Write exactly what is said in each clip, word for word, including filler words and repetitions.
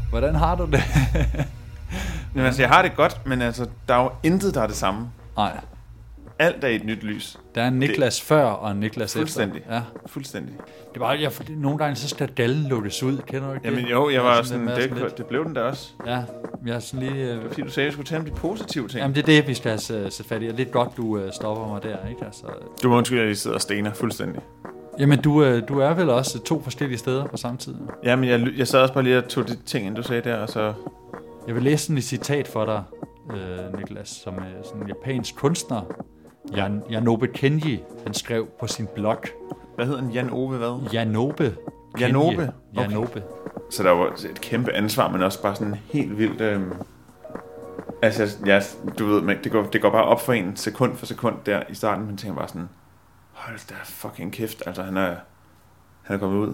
Hvordan har du det? Men altså, jeg har det godt, men altså, der er jo intet, der er det samme. Nej. Alt er i et nyt lys. Der er en Niklas det... før og en Niklas fuldstændig. efter. Ja. Fuldstændig. Det var jeg, nogle gange så skal gallen lukkes ud. Kender du ikke Jamen det? jo, jeg var ja, sådan, sådan det, det, det blev den der også. Ja, jeg er sådan lige... Øh... Fordi du sagde, at jeg skulle tale om de positive ting. Jamen det er det, vi skal sætte fat i. Det er lidt godt, du øh, stopper mig der, ikke? Altså... Du må undskylde, at jeg sidder og stener fuldstændig. Jamen du, øh, du er vel også to forskellige steder på samme tid? Jamen jeg, jeg sad også bare lige og tog de ting, du sagde der, og så... Jeg vil læse sådan et citat for dig, øh, Niklas, som er sådan en japansk kunstner. Jan, Janobe Kenji, han skrev på sin blog. Hvad hedder han? Jan Ove hvad? Janobe. Janobe? Okay. Janobe. Så der var et kæmpe ansvar, men også bare sådan helt vildt... Øh... Altså, ja, du ved, det går, det går bare op for en sekund for sekund der i starten, men tænker bare sådan... Hold da fucking kæft, altså han er... Han er kommet ud.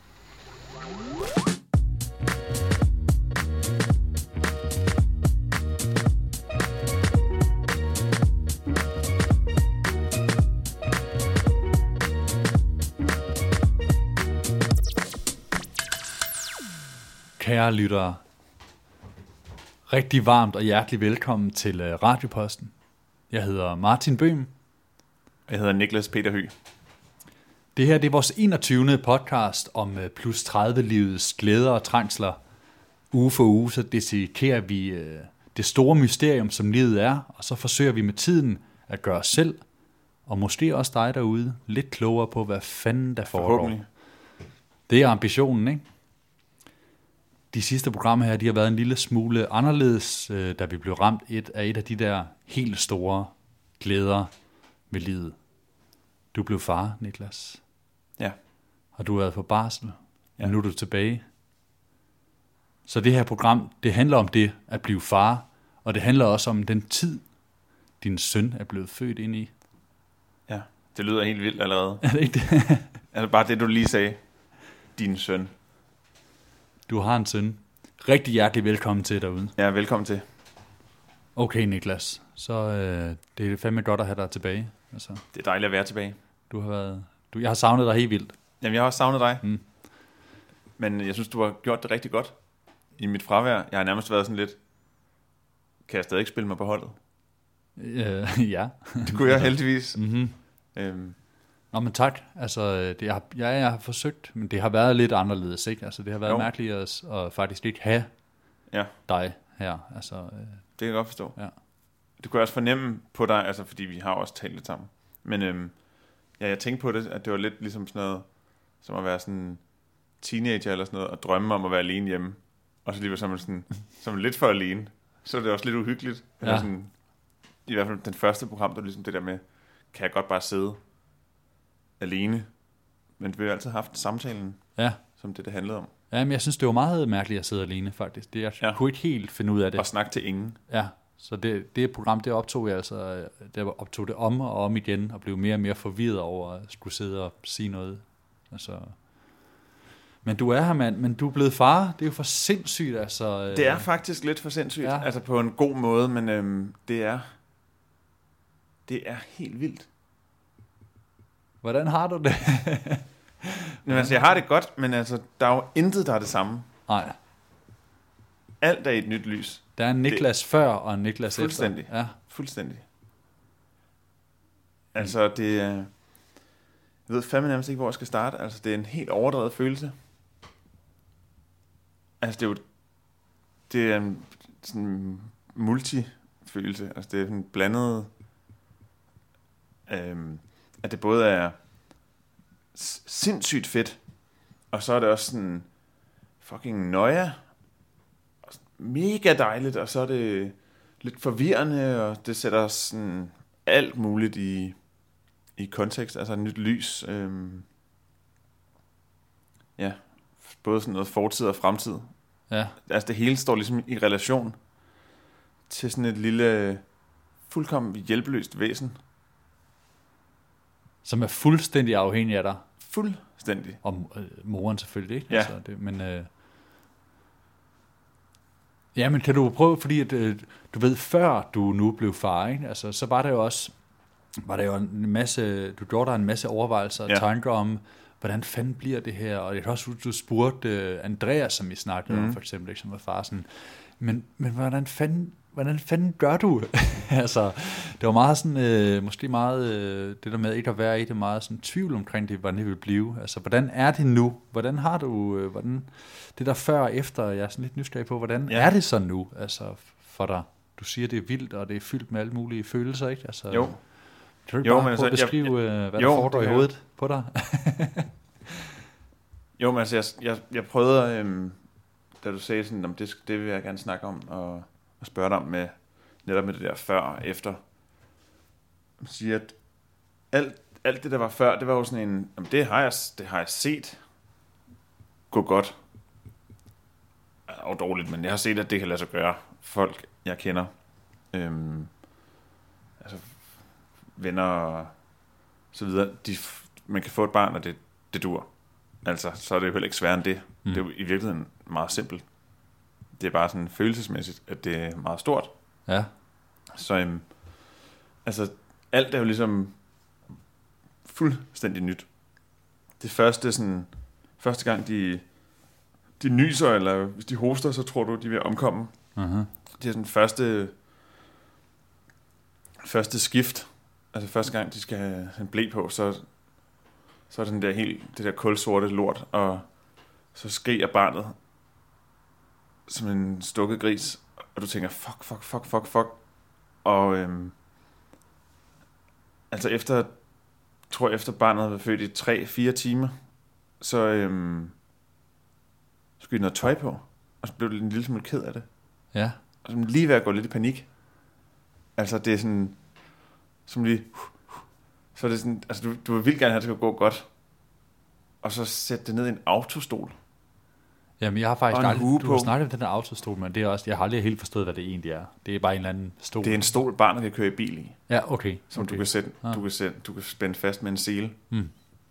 Kære lyttere, rigtig varmt og hjertelig velkommen til Radioposten. Jeg hedder Martin Bøhm. Jeg hedder Niklas Peter Høgh. Det her det er vores enogtyvende podcast om plus tredive-livets glæder og trængsler. Uge for uge så dissekerer vi det store mysterium, som livet er, og så forsøger vi med tiden at gøre os selv, og måske også dig derude, lidt klogere på, hvad fanden der foregår. Det er ambitionen, ikke? De sidste programmer her, de har været en lille smule anderledes, øh, da vi blev ramt et af et af de der helt store glæder ved livet. Du blev far, Niklas. Ja. Og du har været på barsel, ja. Og nu er du tilbage. Så det her program, det handler om det at blive far, og det handler også om den tid, din søn er blevet født ind i. Ja, det lyder helt vildt allerede. Er det ikke det? Er det bare det, du lige sagde? Din søn. Du har en søn. Rigtig hjertelig velkommen til derude. Ja, velkommen til. Okay, Niklas. Så øh, det er fandme godt at have dig tilbage. Altså, det er dejligt at være tilbage. Du har været, du, jeg har savnet dig helt vildt. Jamen, jeg har også savnet dig. Mm. Men jeg synes, du har gjort det rigtig godt i mit fravær. Jeg har nærmest været sådan lidt... Kan jeg stadig ikke spille mig på holdet? Øh, ja. Det kunne jeg heldigvis. Mm-hmm. Øhm. Nå, men tak. Altså, det har, ja, jeg har forsøgt, men det har været lidt anderledes, ikke? Altså, det har været jo. mærkeligt at, at faktisk ikke have ja. dig her. Altså, øh. Det kan jeg godt forstå. Ja. Det kunne jeg også fornemme på dig, altså, fordi vi har også talt lidt sammen. Men øhm, ja, jeg tænkte på det, at det var lidt ligesom sådan noget, som at være sådan teenager eller sådan noget, og drømme om at være alene hjemme. Og så lige som sådan, som lidt for alene. Så er det også lidt uhyggeligt. Ja. Sådan, i hvert fald den første program, der ligesom det der med, kan jeg godt bare sidde alene, men vi har altid haft samtalen, ja. som det, det handlede om. Ja, men jeg synes, det var meget mærkeligt at sidde alene, faktisk. Det, jeg ja. kunne ikke helt finde ud af det. Og snakke til ingen. Ja, så det, det program, det optog jeg altså, det optog det om og om igen, og blev mere og mere forvirret over at skulle sidde og sige noget. Altså... Men du er her, mand, men du er blevet far. Det er jo for sindssygt, altså. Det er faktisk lidt for sindssygt, ja. Altså på en god måde, men øhm, det er, det er helt vildt. Hvordan har du det? Men altså, jeg har det godt, men altså, der er jo intet, der er det samme. Nej. Alt er i et nyt lys. Der er en Niklas det, før og en Niklas fuldstændig, efter. Ja. Fuldstændig. Altså, det er... Jeg ved fandme nærmest ikke, hvor jeg skal starte. Altså, det er en helt overdrevet følelse. Altså, det er jo... Det er en sådan multi-følelse. Altså, det er en blandet... Øhm, at det både er sindssygt fedt, og så er det også sådan fucking nøje, mega dejligt, og så er det lidt forvirrende, og det sætter sådan alt muligt i, i kontekst, altså et nyt lys. Øhm, ja, både sådan noget fortid og fremtid. Ja. Altså det hele står ligesom i relation til sådan et lille, fuldkommen hjælpeløst væsen. Som er fuldstændig afhængig af dig. Fuldstændig. Og øh, moren selvfølgelig, ikke? Ja. Altså, det, men, øh... ja, men kan du prøve, fordi at, øh, du ved, før du nu blev far, ikke? Altså, så var der jo også, var der jo en masse, du gjorde der en masse overvejelser og ja. tanker om, hvordan fanden bliver det her? Og jeg kan også huske, du spurgte uh, Andreas, som I snakkede mm. om, for eksempel, ikke, som var far, sådan, men, men hvordan fanden, hvordan fanden gør du? Altså, det var meget sådan, øh, måske meget, øh, det der med ikke at være i det, meget sådan tvivl omkring det, hvordan det vil blive. Altså, hvordan er det nu? Hvordan har du, øh, hvordan, det der før og efter, jeg er sådan lidt nysgerrig på, hvordan ja. er det så nu, altså, for dig? Du siger, det er vildt, og det er fyldt med alle mulige følelser, ikke? Altså, jo. Kan du jo, bare men prøve at altså, beskrive, jeg, jeg, hvad jo, der foregår i hovedet på dig? jo, men altså, jeg, jeg, jeg prøvede, øhm, da du sagde sådan, om det, det vil jeg gerne snakke om, og, og spørge dig om med, netop med det der før og efter. Jeg siger, at alt, alt det, der var før, det var jo sådan en, jamen, det har jeg, det har jeg set gå godt. Og dårligt, men jeg har set, at det kan lade sig gøre. Folk, jeg kender, øhm, altså venner og så videre, de, man kan få et barn, og det, det dur. Altså, så er det jo heller ikke sværere end det. Mm. Det er jo i virkeligheden meget simpelt. Det er bare sådan følelsesmæssigt, at det er meget stort. Ja. Så øhm, altså, alt er jo ligesom fuldstændig nyt. Det første sådan, første gang de de nyser, eller hvis de hoster, så tror du, de vil omkomme. Uh-huh. Det er sådan første første skift. Altså første gang, de skal have en ble på, så, så er det den der helt, det der kulsorte lort, og så skriger barnet som en stukket gris, og du tænker, fuck, fuck, fuck, fuck, fuck. Og øhm, altså efter, tror jeg, efter barnet har været født i tre fire timer, så øhm, så skulle de noget tøj på, og så blev det en lille smule ked af det. Ja. Og så lige ved at gå lidt i panik. Altså det er sådan, som lige, så er det sådan, altså du, du vil vildt gerne have, at det skal gå godt, og så sætte det ned i en autostol. Jamen, jeg har faktisk aldrig, du på. har snakket om den der autostol, men det er også, jeg har aldrig helt forstået, hvad det egentlig er. Det er bare en eller anden stol. Det er en stol, barnet kan køre i bil i. Ja, okay. Som okay. du kan sætte, ah. du kan sætte, du kan spænde fast med en sele. Mm.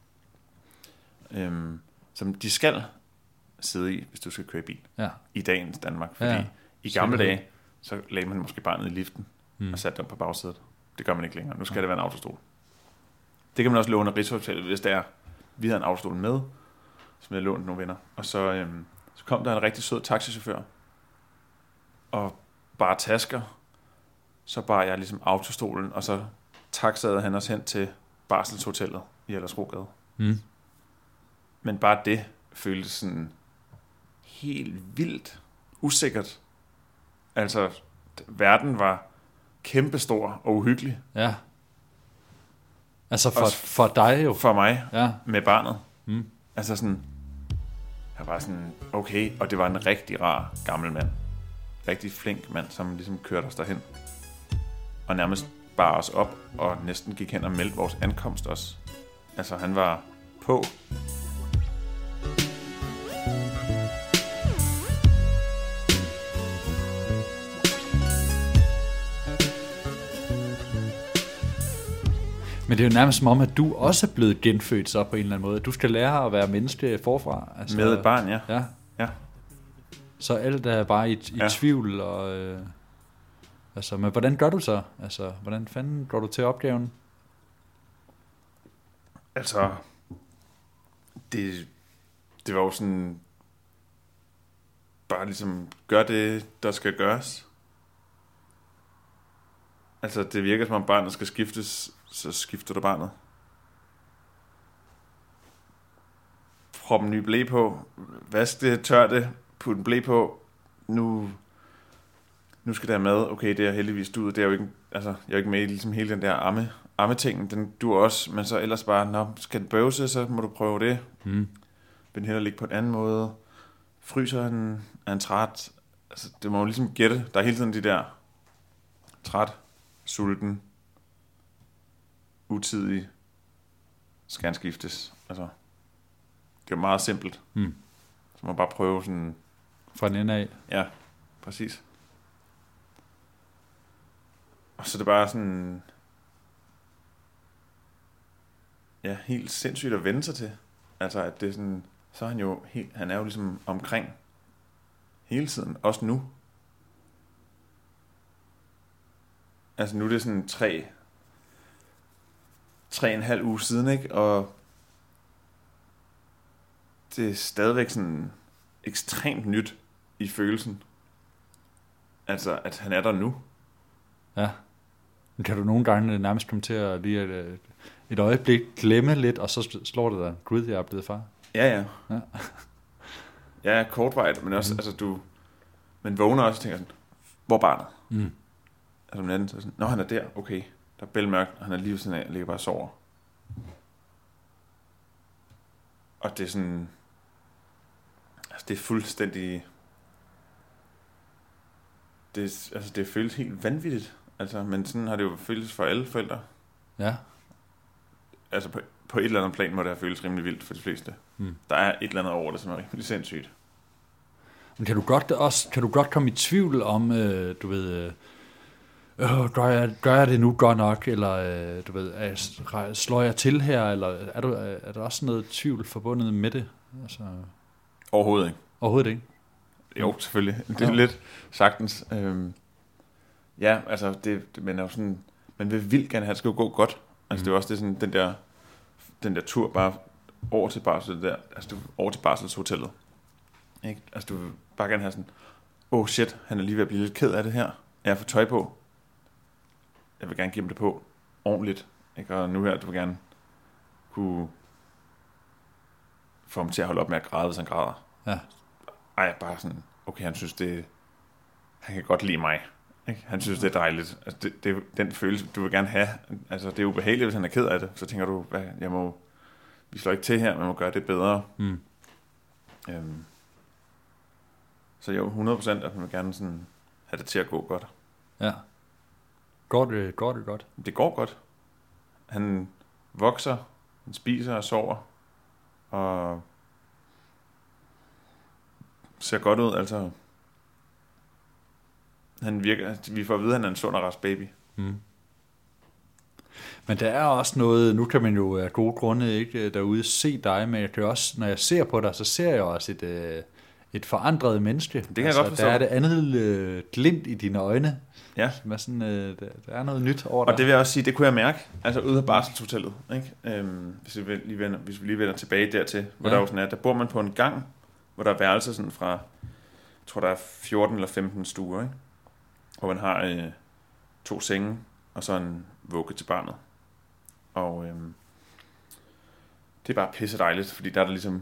Øhm, som de skal sidde i, hvis du skal køre i bil. Ja. I dagens Danmark, fordi ja. i gamle dage, så lagde man måske barnet i liften mm. og satte dem på bagsædet. Det gør man ikke længere. Nu skal ja. det være en autostol. Det kan man også låne af Rigshospitalet, hvis det er. Vi havde en autostol med, som jeg lånte nogle venner. Og så, øhm, så kom der en rigtig sød taxichauffør og bare tasker. Så bar jeg ligesom autostolen, og så taxede han os hen til Barselshotellet i Aldersrogade. Mm. Men bare det føltes sådan helt vildt usikkert. Altså, verden var kæmpestor og uhyggelig. Ja. Altså for, for dig jo. For mig, ja. Med barnet. Mm. Altså sådan, jeg var sådan, okay, og det var en rigtig rar gammel mand. Rigtig flink mand, som ligesom kørte os derhen. Og nærmest bar os op, og næsten gik hen og meldte vores ankomst også. Altså, han var på. Men det er jo nærmest som om, at du også er blevet genfødt så på en eller anden måde. Du skal lære at være menneske forfra. Altså, med et barn, ja. ja. ja. Så alt er bare i, i ja. tvivl. Og, øh, altså, men hvordan gør du så? Altså, hvordan fanden går du til opgaven? Altså, det, det var jo sådan, bare ligesom, gør det, der skal gøres. Altså, det virker som om barnet skal skiftes, så skifter du barnet. Prop en ny ble på, vask det, tør det, put en ble på, nu, nu skal der mad, okay, det er heldigvis du, det er jo ikke, altså, jeg er jo ikke med i ligesom hele den der amme, amme-tingen, den du også, men så ellers bare, nå, skal den bøvse, så må du prøve det. Mm. Vil den hellere ligge på en anden måde, fryser han, er han træt, altså, det må jo ligesom gætte, der er hele tiden de der, træt, sulten, utidig, skal han skiftes. Altså, det er jo meget simpelt. Mm. Så man bare prøve sådan... Fra den ende af. Ja, præcis. Og så er det bare sådan... Ja, helt sindssygt at vende sig til. Altså, at det er sådan... Så er han jo helt... Han er jo ligesom omkring hele tiden. Også nu. Altså, nu er det sådan tre... Tre og en halv uge siden, ikke? Og det er stadigvæk sådan ekstremt nyt i følelsen. Altså, at han er der nu. Ja. Men kan du nogle gange nærmest komme til at lige et, et øjeblik glemme lidt, og så slår det dig, gud, jeg er blevet far? Ja, ja. Ja, ja kortvarigt, men også, mm. altså du... Men vågner også og tænker sådan, hvor er barnet? Mm. Altså om natten, så sådan, nå, han er der, okay. Der er bælmørkt, og han er lige ved sådan af, og ligger bare og sover. Og det er sådan... Altså, det er fuldstændig... Det, er, altså, det føles helt vanvittigt. Altså, men sådan har det jo føles for alle forældre. Ja. Altså, på, på et eller andet plan må det have føles rimelig vildt for de fleste. Mm. Der er et eller andet over det, som er rimelig sindssygt. Men kan du godt også, kan du godt komme i tvivl om, øh, du ved, øh, gør, jeg, gør jeg det nu godt nok, eller øh, du ved, er, slår jeg til her, eller er, du, er der også noget tvivl forbundet med det? Altså, Overhovedet ikke. Overhovedet ikke? Jo, selvfølgelig. Det er ja. Lidt sagtens. Øhm, ja, altså, det, det, men er jo sådan, man vil vildt gerne have, at det skal jo gå godt. Altså, mm. det er jo også det, sådan, den der, den der tur bare over til barsel der, altså, du, over til barselshotellet. Ikke? Altså, du vil bare gerne have sådan, oh shit, han er lige ved at blive lidt ked af det her. Jeg får tøj på. Jeg vil gerne give ham det på ordentligt. Ikke? Og nu her, du vil gerne kunne få ham til at holde op med at græde, hvis han græder. Ja. Ej, bare sådan, okay, han synes det, han kan godt lide mig. Ikke? Han synes, det er dejligt. Altså, det, det er den følelse, du vil gerne have. Altså, det er ubehageligt, hvis han er ked af det. Så tænker du, hvad, jeg må, vi slår ikke til her, man må gøre det bedre. Mm. Øhm, så jo, hundrede procent, at man vil gerne sådan have det til at gå godt. Ja. Går det, går det godt? Det går godt. Han vokser, han spiser og sover, og ser godt ud, altså. Han virker, vi får at vide, at han er en sund og rask baby. Mm. Men der er også noget, nu kan man jo af gode grunde ikke derude se dig, men jeg kan også, når jeg ser på dig, så ser jeg også et, et forandret menneske. Det kan altså, jeg godt forstå. Der er det andet øh, glimt i dine øjne. Ja. Som er sådan, øh, der, der er noget nyt over dig. Og det vil jeg også sige, det kunne jeg mærke, altså ude af barselshotellet, ikke? Øhm, hvis, vi lige vender, hvis vi lige vender tilbage dertil, hvor ja. Der jo sådan er, der bor man på en gang, hvor der er værelser sådan fra, jeg tror der er fjorten eller femten stuer, ikke? Hvor man har øh, to senge, og så en vugge til barnet. Og øh, det er bare pisse dejligt, fordi der er der ligesom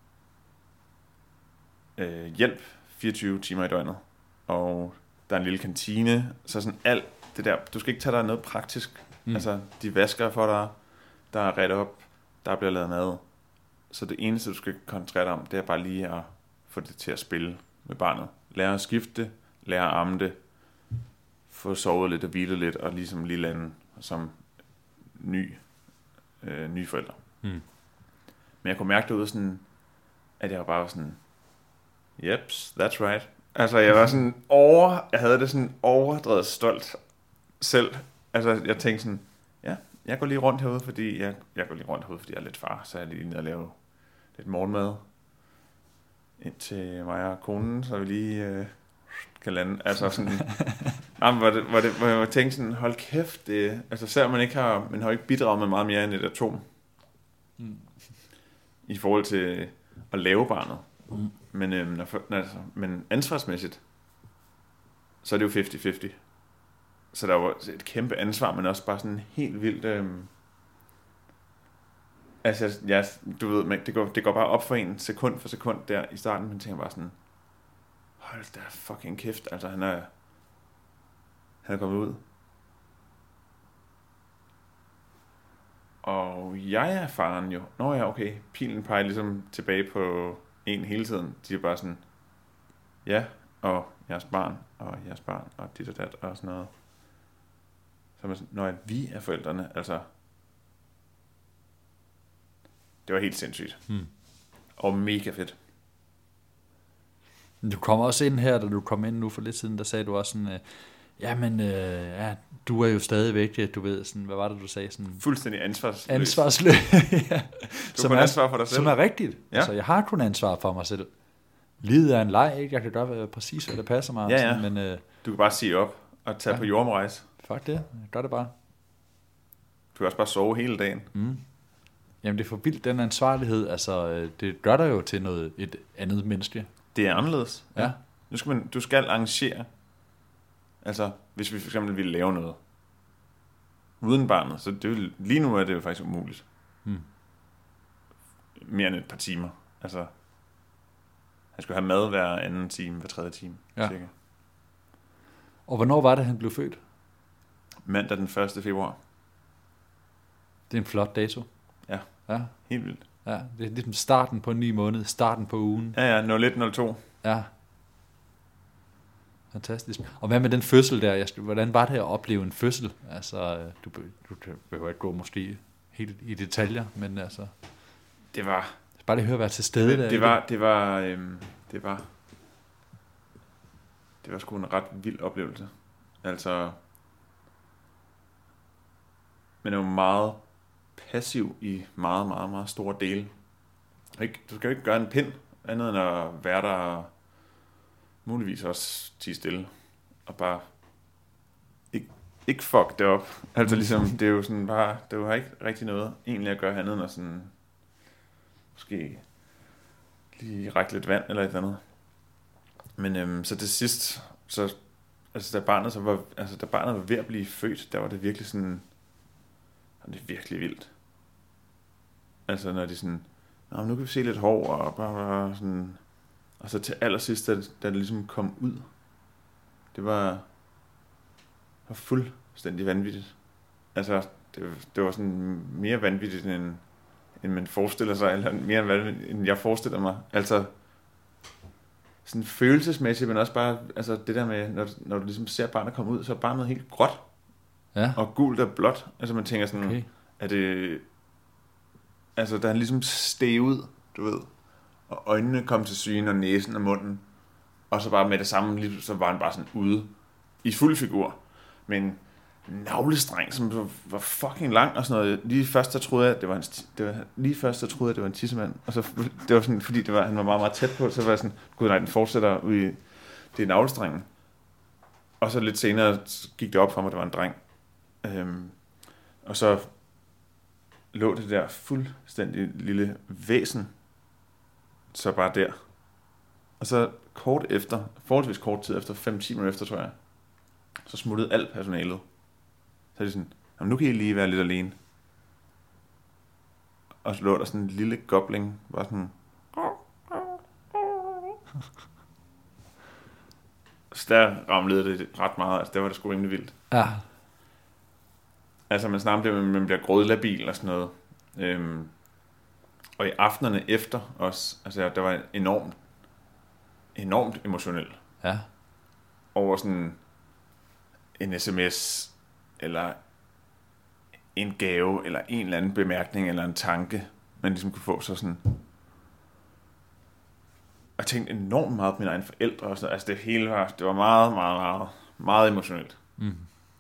øh, hjælp fireogtyve timer i døgnet. Og der er en lille kantine, så sådan alt det der, du skal ikke tage dig noget praktisk. Mm. Altså, de vasker for dig, der er ret op, der bliver lavet mad. Så det eneste, du skal koncentrere dig om, det er bare lige at få det til at spille med barnet. Lære at skifte det, lære at amme det, få sovet lidt og hvilet lidt, og ligesom lige lande som ny, øh, nye forældre. Mm. Men jeg kunne mærke derude sådan, at jeg var bare sådan, yeps, that's right. Altså, jeg var sådan over, jeg havde det sådan overdrevet stolt selv. Altså, jeg tænkte sådan, ja, jeg går lige rundt herude, fordi jeg, jeg går lige rundt herude, fordi jeg er lidt far, så jeg er lige nede og lave lidt morgenmad ind til mig og konen, så vi lige øh, kan lande. Altså sådan, jamen, hvor, det, hvor, det, hvor jeg tænkte sådan, hold kæft, det, altså selvom man ikke har, man har ikke bidraget med meget mere end et atom, mm. i forhold til at lave barnet. Mm. Men, øhm, når, altså, men ansvarsmæssigt, så er det jo halvtreds halvtreds. Så der er jo et kæmpe ansvar, men også bare sådan helt vildt... Øhm, altså, ja, du ved, man, det, går, det går bare op for en sekund for sekund der i starten, men tænker bare sådan, hold da fucking kæft, altså han er, han er kommet ud. Og jeg er faren jo. Nå ja, okay, pilen peger ligesom tilbage på en hele tiden. De er bare sådan, ja, og jeres barn, og jeres barn, og dit og dat, og sådan noget. Så man sådan, når vi er forældrene, altså, det var helt sindssygt. Hmm. Og mega fedt. Du kom også ind her, da du kom ind nu for lidt siden, der sagde du også sådan, øh, jamen, øh, ja, du er jo stadigvæk, du ved, sådan, hvad var det, du sagde? Sådan, fuldstændig ansvarsløs. Ansvarsløs, ja. Du som, er, ansvar for dig selv. Som er rigtigt. Ja. Altså, jeg har kun ansvar for mig selv. Livet er en leg, ikke? Jeg kan gøre hvad, præcis, hvad der passer mig. Ja, ja. Sådan, men, øh, du kan bare sige op og tage ja. på jordomrejse. Fuck det, gør det bare. Du kan også bare sove hele dagen. Mm. Jamen, det er for vildt, den ansvarlighed. Altså, øh, det gør dig jo til noget, et andet menneske. Det er anderledes. Ja. Nu skal man, du skal arrangere. Altså, hvis vi for eksempel ville lave noget uden barnet, så det vil, lige nu er det jo faktisk umuligt. Hmm. Mere end et par timer. Altså, han skulle have mad hver anden time, hver tredje time, Ja. cirka. Og hvornår var det, han blev født? Mandag den første februar. Det er en flot dato. Ja. Ja, Helt vildt. ja. Det er ligesom starten på en ny måned, starten på ugen. Ja, ja, nul et nul to. Ja. Fantastisk. Og hvad med den fødsel der? Jeg skal, hvordan var det at opleve en fødsel? Altså, du, be- du behøver ikke gå måske helt i detaljer, men altså, Det var... jeg skal bare lige høre at være til stede der. Det, det var... Det var... Øhm, det var... Det var sgu en ret vild oplevelse. Altså... Men det var meget passiv i meget, meget, meget store dele. Ikke, du skal jo ikke gøre en pind, andet end at være der og muligvis også tige stille. Og bare ikke, ikke fuck det op. Altså ligesom, det er jo sådan bare, det var ikke rigtig noget egentlig at gøre andet end at sådan, måske lige række lidt vand eller et eller andet. Men øhm, så til sidst, så, altså da barnet, så var, altså da barnet var ved at blive født, der var det virkelig sådan, det er virkelig vildt. Altså når de sådan, nå, nu kan vi se lidt hår, og bare, bare sådan, og så til allersidst, da, da det ligesom kom ud, det var, var fuldstændig vanvittigt. Altså, det, det var sådan mere vanvittigt, end, end man forestiller sig, eller mere vanvittigt, end jeg forestiller mig. Altså, sådan følelsesmæssigt, men også bare, altså det der med, når, når du ligesom ser barnet komme ud, så er barnet helt gråt, Ja. og gult og blåt. Altså man tænker sådan, Okay. er det, altså da han ligesom steg ud, du ved, og øjnene kom til syne, og næsen og munden, og så bare med det samme, lige så var han bare sådan ude, i fuld figur, med en navlestreng, som var fucking lang og sådan noget. Lige først så troede jeg, at det var en, det var, lige først så troede jeg, at det var en tissemand, og så, det var sådan, fordi det var, han var meget, meget tæt på, så var jeg sådan, gud nej, den fortsætter ud i, det er navlestrengen. Og så lidt senere gik det op for mig, at det var en dreng. Øhm, og så lå det der fuldstændig lille væsen, så bare der. Og så kort efter, forholdsvis kort tid efter, fem til ti minutter efter, tror jeg, så smuttede alt personalet. Så er de sådan, jamen nu kan I lige være lidt alene. Og så lå der sådan en lille gobling, bare sådan... Så der ramlede det ret meget, altså der var det sgu rimelig vildt. Ja. Altså man snart bliver, man bliver grådlabil og sådan noget. Øhm, og i aftenerne efter os, altså der var enormt, enormt emotionel Ja. over sådan en sms, eller en gave, eller en eller anden bemærkning, eller en tanke, man ligesom kunne få så sådan. Og jeg tænkte enormt meget på mine egne forældre og sådan. Altså det hele var, det var meget, meget, meget, meget emotionelt. Mm.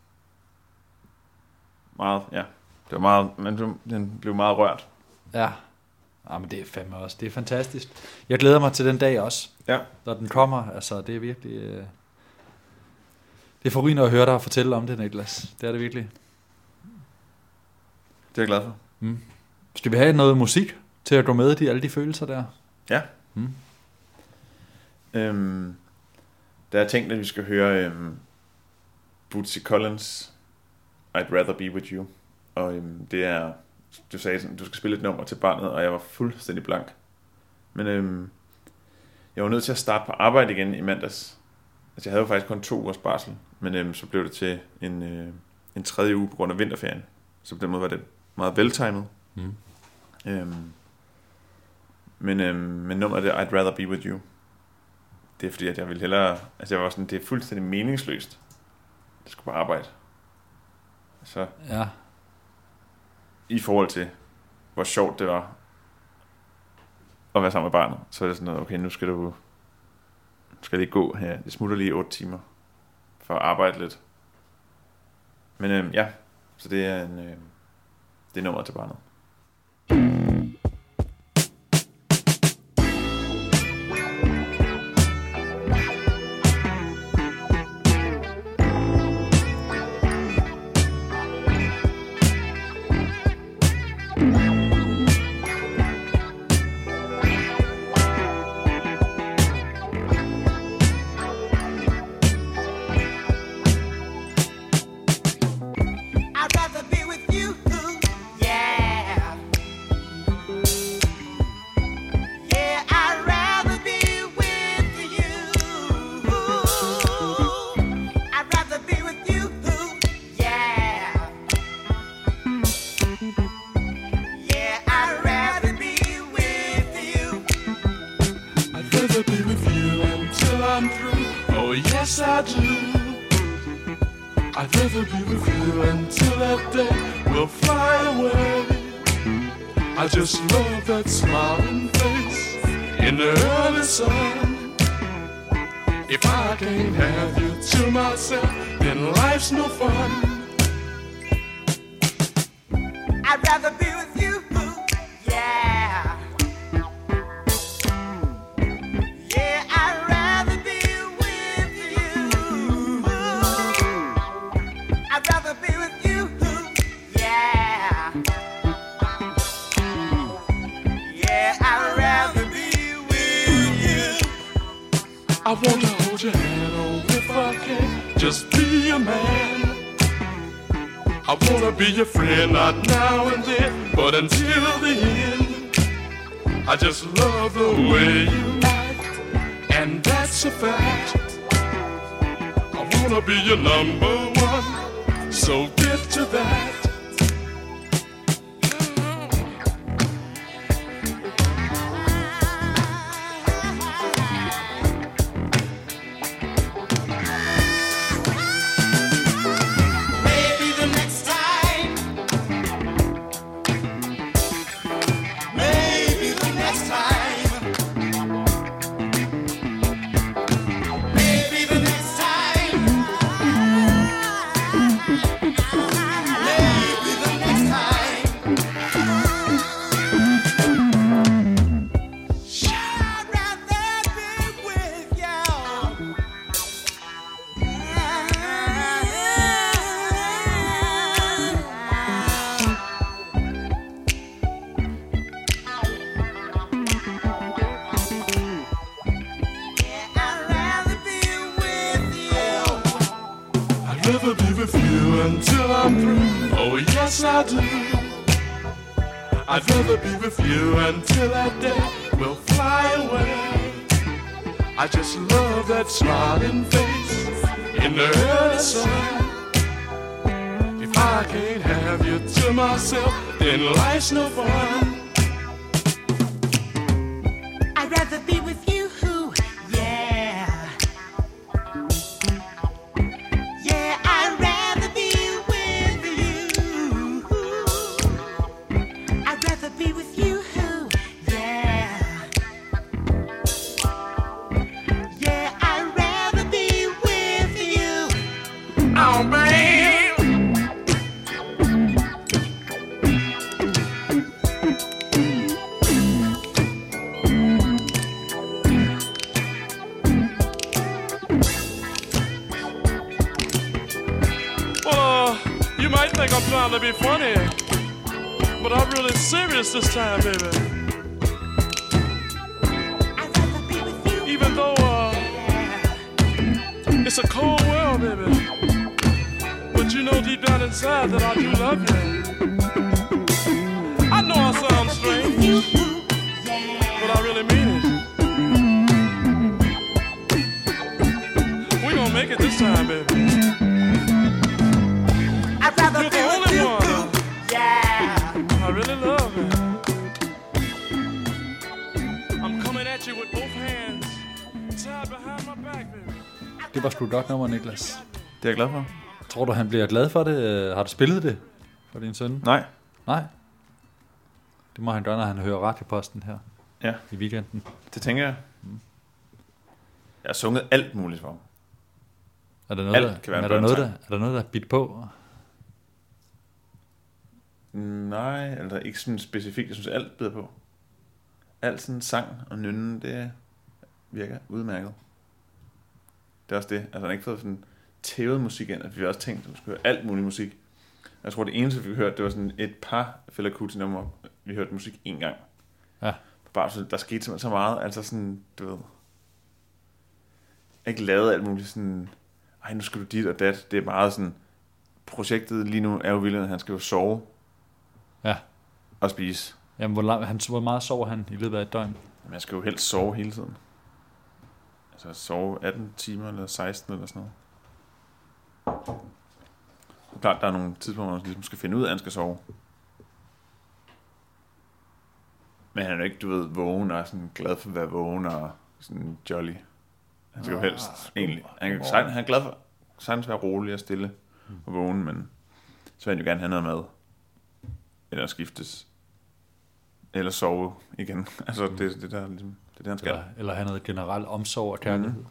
Meget, ja. Det var meget, men den blev meget rørt. Ja. Ja, men det er fandme også. Det er fantastisk. Jeg glæder mig til den dag også, Ja. når den kommer. Altså, det er virkelig... Øh... Det er forrygende at høre dig fortælle om det, Niklas. Det er det virkelig. Det er jeg glad for. Mm. Skal vi have noget musik til at gå med i alle de følelser der? Ja. Mm. Øhm, der er tænkt, at vi skal høre øhm, Bootsy Collins, I'd Rather Be With You. Og øhm, det er, du sagde sådan, du skal spille et nummer til barnet, og jeg var fuldstændig blank. Men øhm, jeg var nødt til at starte på arbejde igen i mandags. Altså jeg havde jo faktisk kun to ugers barsel, men øhm, så blev det til en, øh, en tredje uge på grund af vinterferien. Så på den måde var det meget veltimet. Mm. Øhm, men, øhm, men nummeret er I'd Rather Be With You. Det er fordi, at jeg ville hellere... Altså jeg var sådan, det er fuldstændig meningsløst. Jeg skulle bare arbejde. Så Ja. i forhold til, hvor sjovt det var at være sammen med barnet, så er det sådan noget, okay, nu skal du... Nu skal det ikke gå her. Det smutter lige otte timer for at arbejde lidt. Men øhm, ja, så det er en... Øh, det er nummeret til barnet. yes I do. I'd rather be with you until that day will fly away. I just love that smiling face in the early sun. If I can't have you to myself, then life's no fun. I'd rather be with you, yeah. Yeah, I'd rather be with you. I'd rather be with you, yeah. Yeah, I'd rather be with you. I want to hold your hand, oh, if I can, just be a man. I wanna be your friend, not now and then, but until the end. I just love the way you act, and that's a fact. I wanna be your number one, so get to that. I'd rather be with you until that day will fly away. I just love that smiling face in the early sun. If I can't have you to myself, then life's no fun. I'd rather be with you, yeah. Yeah, I'd rather be with you. I'd rather be with you, yeah. Yeah, I'd rather be with you. Oh, babe. I'm trying to be funny, but I'm really serious this time, baby. I'd rather be with you. Even though uh, it's a cold world, baby, but you know deep down inside that I do love you. I know I sound strange, but I really mean it. We're gonna make it this time, baby. I'd rather You're be the with only you, one yeah. I really love it. I'm coming at you with both hands tied behind my back, baby. Det var sgu et godt nummer, Niklas. Det er jeg glad for. Tror du, han bliver glad for det? Har du spillet det for din søn? Nej. Nej. Det må han gøre, når han hører Radioposten her Ja. i weekenden. Det tænker jeg. Mm. Jeg har sunget alt muligt for ham. Er der noget, Alt der, kan være er en der noget, der, børnesang. er der noget, der er bidt på? Nej, altså ikke sådan specifikt. Jeg synes, alt bider på. Alt sådan sang og nynne, det virker udmærket. Det er også det. Altså, han har ikke fået sådan tævet musik ind. Altså, vi har også tænkt, at vi skulle høre alt muligt musik. Jeg tror, det eneste, vi hørte, det var sådan et par Fela Kuti nummer. Vi hørte musik en gang. Ja. Bare så der skete simpelthen så meget. Altså sådan, du ved... Ikke lavet alt muligt sådan... Ej, nu skal du dit og dat. Det er meget sådan... Projektet lige nu er jo vildt, at han skal jo sove. Ja. Og spise. Jamen, hvor, lang, han, hvor meget sover han i løbet af et døgn? Men jeg skal jo helst sove hele tiden. Altså sove atten timer eller seksten eller sådan noget. Det er klart, der er nogle tidspunkter, hvor man ligesom skal finde ud af, at han skal sove. Men han er jo ikke, du ved, vågen og sådan glad for at være vågen og sådan jolly. Han skal jo helst egentlig. Han, kan, han er glad for sagtens være rolig og stille og vågen, men så vil han jo gerne have noget mad. Eller skiftes. Eller sove igen. Altså, det, det, der, ligesom, det er det, han skal. Eller, eller have noget generelt omsorg og kærlighed. Mm.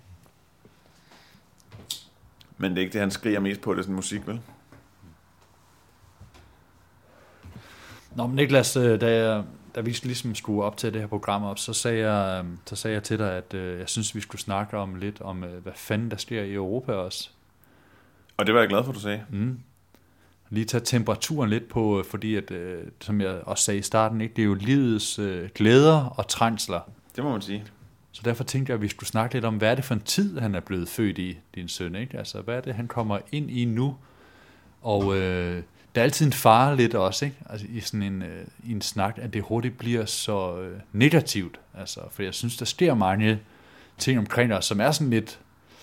Men det er ikke det, han skriger mest på, det er sådan musik, vel? Nå, men Niklas, da, jeg, da vi ligesom skulle op til det her program op, så sagde jeg, så sagde jeg til dig, at jeg synes, vi skulle snakke om lidt om, hvad fanden der sker i Europa også. Og det var jeg glad for, du sagde. Mm. Lige tage temperaturen lidt på, fordi at, som jeg også sagde i starten, ikke, det er jo livets øh, glæder og trængsler. Det må man sige. Så derfor tænkte jeg, at vi skulle snakke lidt om, hvad er det for en tid, han er blevet født i, din søn, ikke? Altså, hvad er det, han kommer ind i nu? Og øh, der er altid en fare lidt også, ikke? Altså, i sådan en, øh, i en snak, at det hurtigt bliver så øh, negativt. Altså, for jeg synes, der sker mange ting omkring os, som er sådan lidt,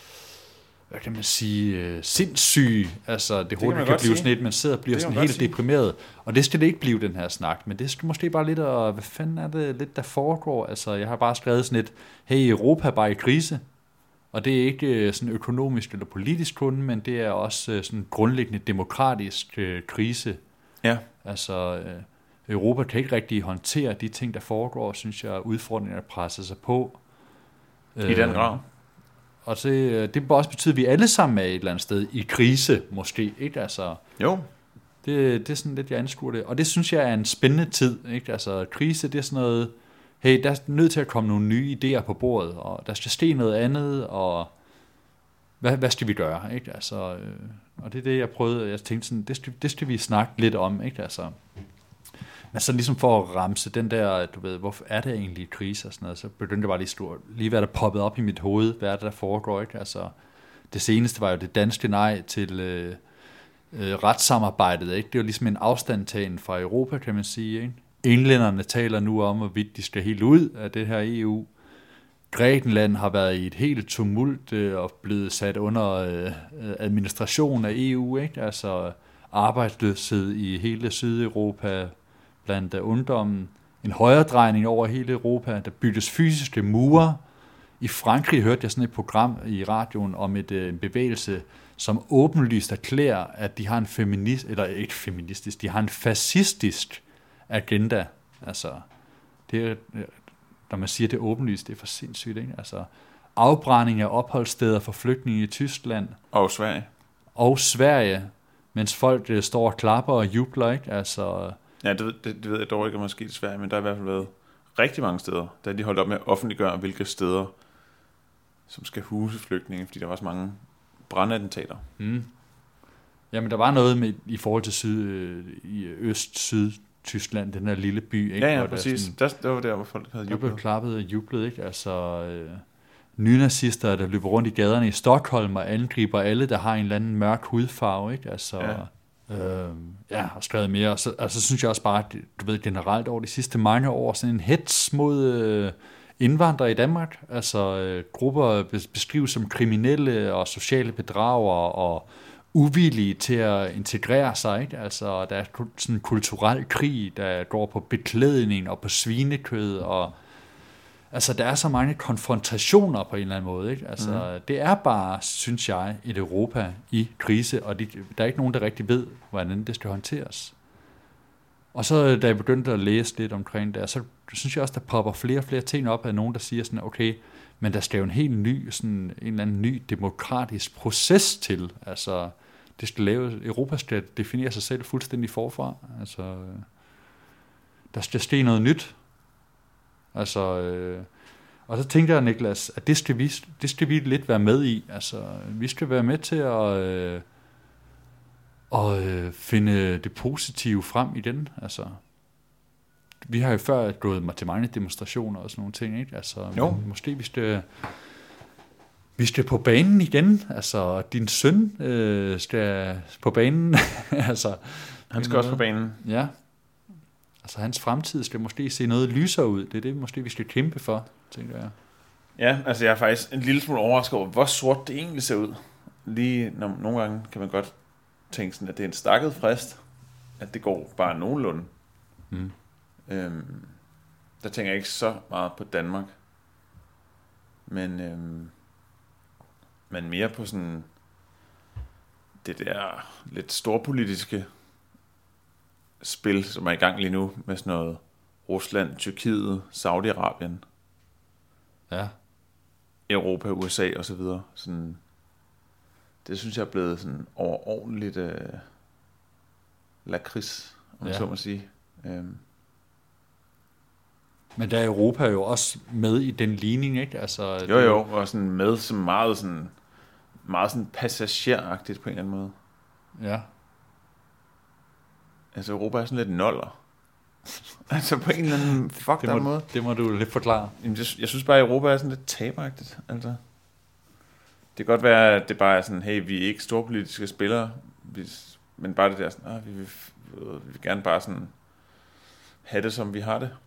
hvad kan man sige, øh, sindssyge. Altså, det, det hurtigt kan, kan blive sige. Sådan lidt, man sidder og bliver sådan helt sige. deprimeret. Og det skal det ikke blive, den her snak. Men det skal måske bare lidt, og hvad fanden er det lidt, der foregår? Altså, jeg har bare skrevet sådan lidt, hey, Europa er bare i krise. Og det er ikke øh, sådan økonomisk eller politisk kun, men det er også øh, sådan grundlæggende demokratisk øh, krise. Ja. Altså, øh, Europa kan ikke rigtig håndtere de ting, der foregår, synes jeg, udfordringerne presser sig på. I øh, den grad. Og det, det må også betyde, at vi alle sammen er et eller andet sted i krise, måske, ikke? Altså, jo. Det, det er sådan lidt, jeg anskuer det. Og det synes jeg er en spændende tid, ikke? Altså, krise, det er sådan noget, hey, der er nødt til at komme nogle nye idéer på bordet, og der skal ske noget andet, og hvad, hvad skal vi gøre, ikke? Altså, øh, og det er det, jeg prøvede, jeg tænkte sådan, det skal, det skal vi snakke lidt om, ikke? Altså, men så ligesom for at ramse den der, du ved, hvorfor er det egentlig krise og sådan noget, så begyndte det bare lige stort, lige hvad der poppede op i mit hoved, hvad er det, der foregår, ikke? Altså, det seneste var jo det danske nej til øh, øh, retssamarbejdet, ikke? Det var ligesom en afstandtagen fra Europa, kan man sige, ikke? Englænderne taler nu om, hvorvidt de skal helt ud af det her E U. Grækenland har været i et helt tumult øh, og blevet sat under øh, administration af E U, ikke? Altså arbejdsløshed i hele Sydeuropa, blandt ungdommen, en højredrejning over hele Europa, der bygges fysiske mure. I Frankrig hørte jeg sådan et program i radioen om et, en bevægelse, som åbenlyst erklærer, at de har en feminist, eller ikke feministisk, de har en fascistisk agenda. Altså, det er, når man siger, det er åbenlyst, det er for sindssygt, ikke? Altså, afbrænding af opholdssteder for flygtninge i Tyskland. Og Sverige. Og Sverige, mens folk uh, står og klapper og jubler, ikke? Altså, ja, det, det, det ved jeg dog ikke, om måske i Sverige, men der har i hvert fald været rigtig mange steder, der de holdt op med at offentliggøre, hvilke steder, som skal huse flygtninge, fordi der var så mange brandattentater. Mm. Jamen, der var noget med, i forhold til syd, øh, i øst-syd Tyskland, den her lille by, ikke? Ja, ja, hvor præcis. Sådan, der, der var der, hvor folk havde jublet. Der blev klappet og jublet, ikke? Altså, øh, nynazister, der løber rundt i gaderne i Stockholm og angriber alle, der har en eller anden mørk hudfarve, ikke? Altså, ja, øh, ja og skrevet mere. Og så altså, synes jeg også bare, at, du ved, generelt over de sidste mange år, sådan en hets mod øh, indvandrere i Danmark. Altså, øh, grupper beskrives som kriminelle og sociale bedragere og uvillige til at integrere sig, ikke? Altså, der er sådan en kulturel krig, der går på beklædning og på svinekød, og altså, der er så mange konfrontationer på en eller anden måde, ikke? Altså, mm. det er bare, synes jeg, et Europa i krise, og de, der er ikke nogen, der rigtig ved, hvordan det skal håndteres. Og så, da jeg begyndte at læse lidt omkring det, så synes jeg også, der popper flere og flere ting op af nogen, der siger sådan, okay, men der skal jo en helt ny, sådan en eller anden ny demokratisk proces til. Altså, det skal lave, Europa skal definere sig selv fuldstændig forfra. Altså, der skal ske noget nyt. Altså, øh, og så tænkte jeg, Niklas, at det skal vi, det skal vi lidt være med i. Altså, vi skal være med til at, øh, at øh, finde det positive frem igen. Altså, vi har jo før gået til mange demonstrationer og sådan nogle ting, ikke? Altså, måske vi skal, vi skal på banen igen. Altså, din søn øh, skal på banen. Altså, han skal også på banen. Ja. Altså, hans fremtid skal måske se noget lysere ud. Det er det, måske vi skal kæmpe for, tænker jeg. Ja, altså jeg er faktisk en lille smule overrasket over, hvor sort det egentlig ser ud. Lige når, nogle gange kan man godt tænke sådan, at det er en stakket frist, at det går bare nogenlunde. Mm. Øhm, der tænker jeg ikke så meget på Danmark. Men øhm, men mere på sådan det der lidt storpolitiske spil, som er i gang lige nu med sådan noget Rusland, Tyrkiet, Saudi-Arabien, Ja. Europa, U S A og så videre. Sådan, det synes jeg er blevet sådan overordentligt øh, lakrids, om Ja. ja. så må sige. Øhm, Men der er Europa jo også med i den ligning, ikke? Altså, jo det- jo, og sådan med som meget sådan meget sådan passageragtigt på en eller anden måde. Ja. Altså Europa er sådan lidt noller. altså på en eller anden fucked Det up må, måde. det må du lidt forklare. Jamen, jeg, jeg synes bare, at Europa er sådan lidt taberagtigt. Altså. Det kan godt være, at det bare er sådan, hey, vi er ikke storpolitiske spillere, vi, men bare det der sådan, ah, vi, vil, vi vil gerne bare sådan have det, som vi har det.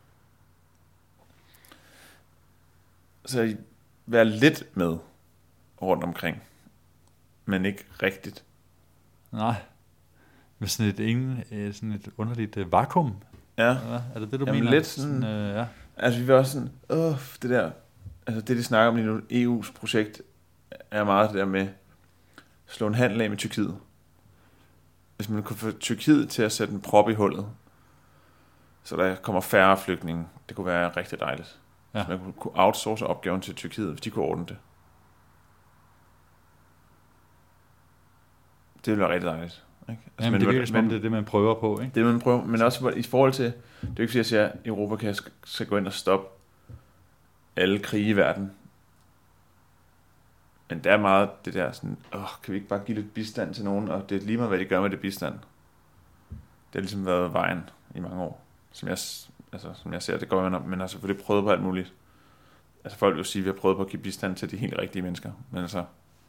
Så være lidt med rundt omkring, men ikke rigtigt. Nej. Med sådan et, ingen, øh, sådan et underligt øh, vakuum. Ja, Eller? Er det det, du Jamen, mener? lidt sådan- øh, ja. altså vi vil også sådan, åh, det der, altså det de snakker om lige nu, E U's projekt, er meget det der med slå en handel af med Tyrkiet. Hvis man kunne få Tyrkiet til at sætte en prop i hullet, så der kommer færre flygtninge, det kunne være rigtig dejligt. Ja. Hvis man kunne- kunne outsource opgaven til Tyrkiet, hvis de kunne ordne det. Det ville være rigtig dejligt. Ikke? Altså, Jamen, men- det virker som om, men- det er det, man prøver på, ikke? det man prøver, men også i forhold til, det er jo ikke fordi jeg siger, at Europa kan, skal gå ind og stoppe alle krige i verden. Men der er meget det der sådan, åh, kan vi ikke bare give lidt bistand til nogen, og det er lige meget, hvad de gør med det bistand. Det har ligesom været vejen i mange år, som jeg, altså, som jeg ser, det går man op, men har selvfølgelig prøvet på alt muligt. Altså folk vil sige, at vi har prøvet på at give bistand til de helt rigtige mennesker, men altså,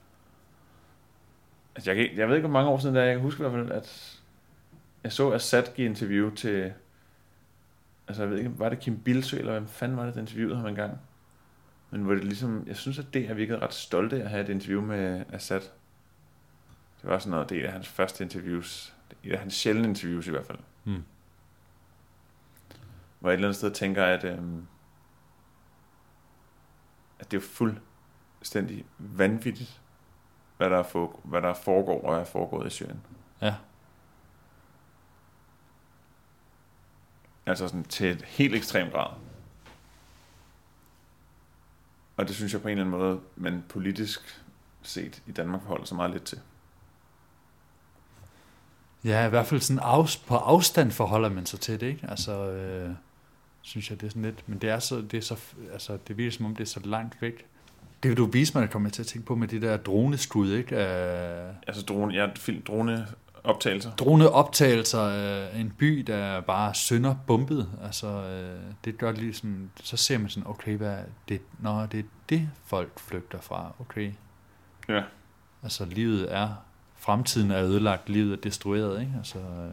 altså jeg, kan, jeg ved ikke, hvor mange år siden det er, jeg kan huske i hvert fald, at jeg så Assad give interview til, altså jeg ved ikke, var det Kim Bildsøe, eller hvem fanden var det, der interviewede ham engang? Men hvor det ligesom, jeg synes, at det har virket ret stolte af at have et interview med Assad. Det var sådan noget, det er et af hans første interviews, et af hans sjældne interviews i hvert fald. Hmm. Hvor jeg et eller andet sted tænker, at, øhm, at det er fuldstændig vanvittigt, hvad der, for, hvad der foregår og er foregået i Syrien. Ja. Altså sådan til et helt ekstrem grad. Og det synes jeg på en eller anden måde, man politisk set i Danmark forholder sig meget lidt til. Ja, i hvert fald sådan af, på afstand forholder man sig til det, ikke? Altså, øh, synes jeg, det er sådan lidt, men det er så, det er så, altså, det virker som om, det er så langt væk. Det vil du vise mig, der kommer til at tænke på med de der droneskud, ikke? Uh, Altså drone, ja, film, droneoptagelser. droneoptagelser af en by, der er bare sønderbumpet. Altså, øh, det gør ligesom, så ser man sådan, okay, hvad er det? Nå, det er det, folk flygter fra, okay. Ja. Altså, livet er, fremtiden er ødelagt, livet er destrueret, ikke? Altså, øh,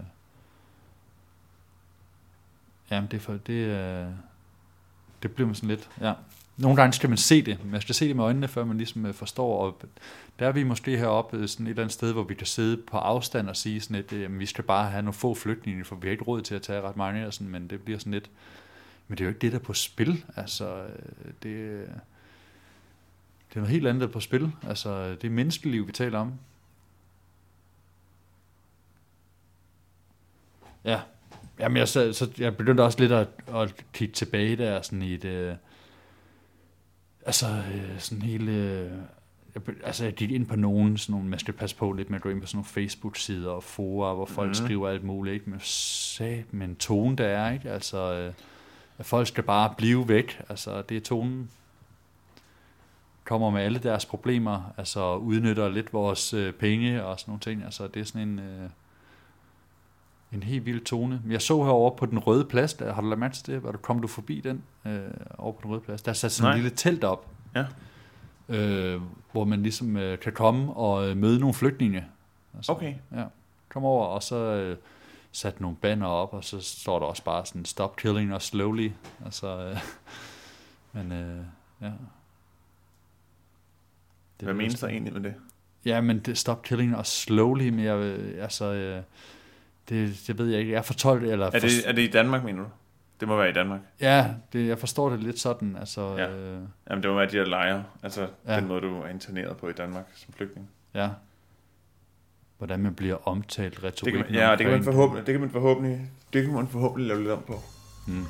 jamen, det er for, det, øh, det bliver man sådan lidt, ja. Nogle gange skal man se det, man skal se det med øjnene, før man ligesom øh, forstår, og der er vi måske heroppe sådan et eller andet sted, hvor vi kan sidde på afstand og sige sådan lidt, øh, vi skal bare have nogle få flygtninge, for vi har ikke råd til at tage ret mange, og sådan, men det bliver sådan lidt, men det er jo ikke det, der er på spil, altså, øh, det, det er noget helt andet, der er på spil, altså, det er menneskeliv, vi taler om. Ja, jamen jeg, så, så jeg begyndte også lidt at, at kigge tilbage der, sådan i et, øh, altså øh, sådan hele, øh, jeg, be- altså jeg gik ind på nogen, sådan nogle, man skal passe på lidt med at gå ind på sådan nogle Facebook-sider og forer, hvor folk Mhm. skriver alt muligt, ikke, med sat, med en tone der er, ikke, altså, øh, at folk skal bare blive væk, altså det er tonen, kommer med alle deres problemer, altså udnytter lidt vores øh, penge og sådan nogle ting, altså det er sådan en, øh, en helt vild tone. Men jeg så herovre på den røde plads, der, har du lagt mærke til det? Var du, kom du forbi den øh, over på den røde plads? Der satte sådan Nej. en lille telt op, Ja. øh, hvor man ligesom øh, kan komme og øh, møde nogle flygtninge. Altså, Okay. Ja, kom over, og så øh, satte nogle banner op, og så står der også bare sådan, stop killing us slowly. Altså, øh, men øh, ja. Det Hvad er menes vist- der egentlig med det? Ja, men det, stop killing us slowly, men jeg, øh, altså, øh, det, det ved jeg ikke. Jeg er for tolv, eller Er for, det, er det i Danmark, mener du? Det må være i Danmark. Ja, det, jeg forstår det lidt sådan. Altså, Ja. øh, Jamen, det må være de her lejre. Altså, Ja. den måde, du er interneret på i Danmark som flygtning. ja. Hvordan man bliver omtalt, Det retorikken kan man, ja, det kan man omkring forhåbentlig, det kan man forhåbentlig, det kan man forhåbentlig lave lidt om på. Mm.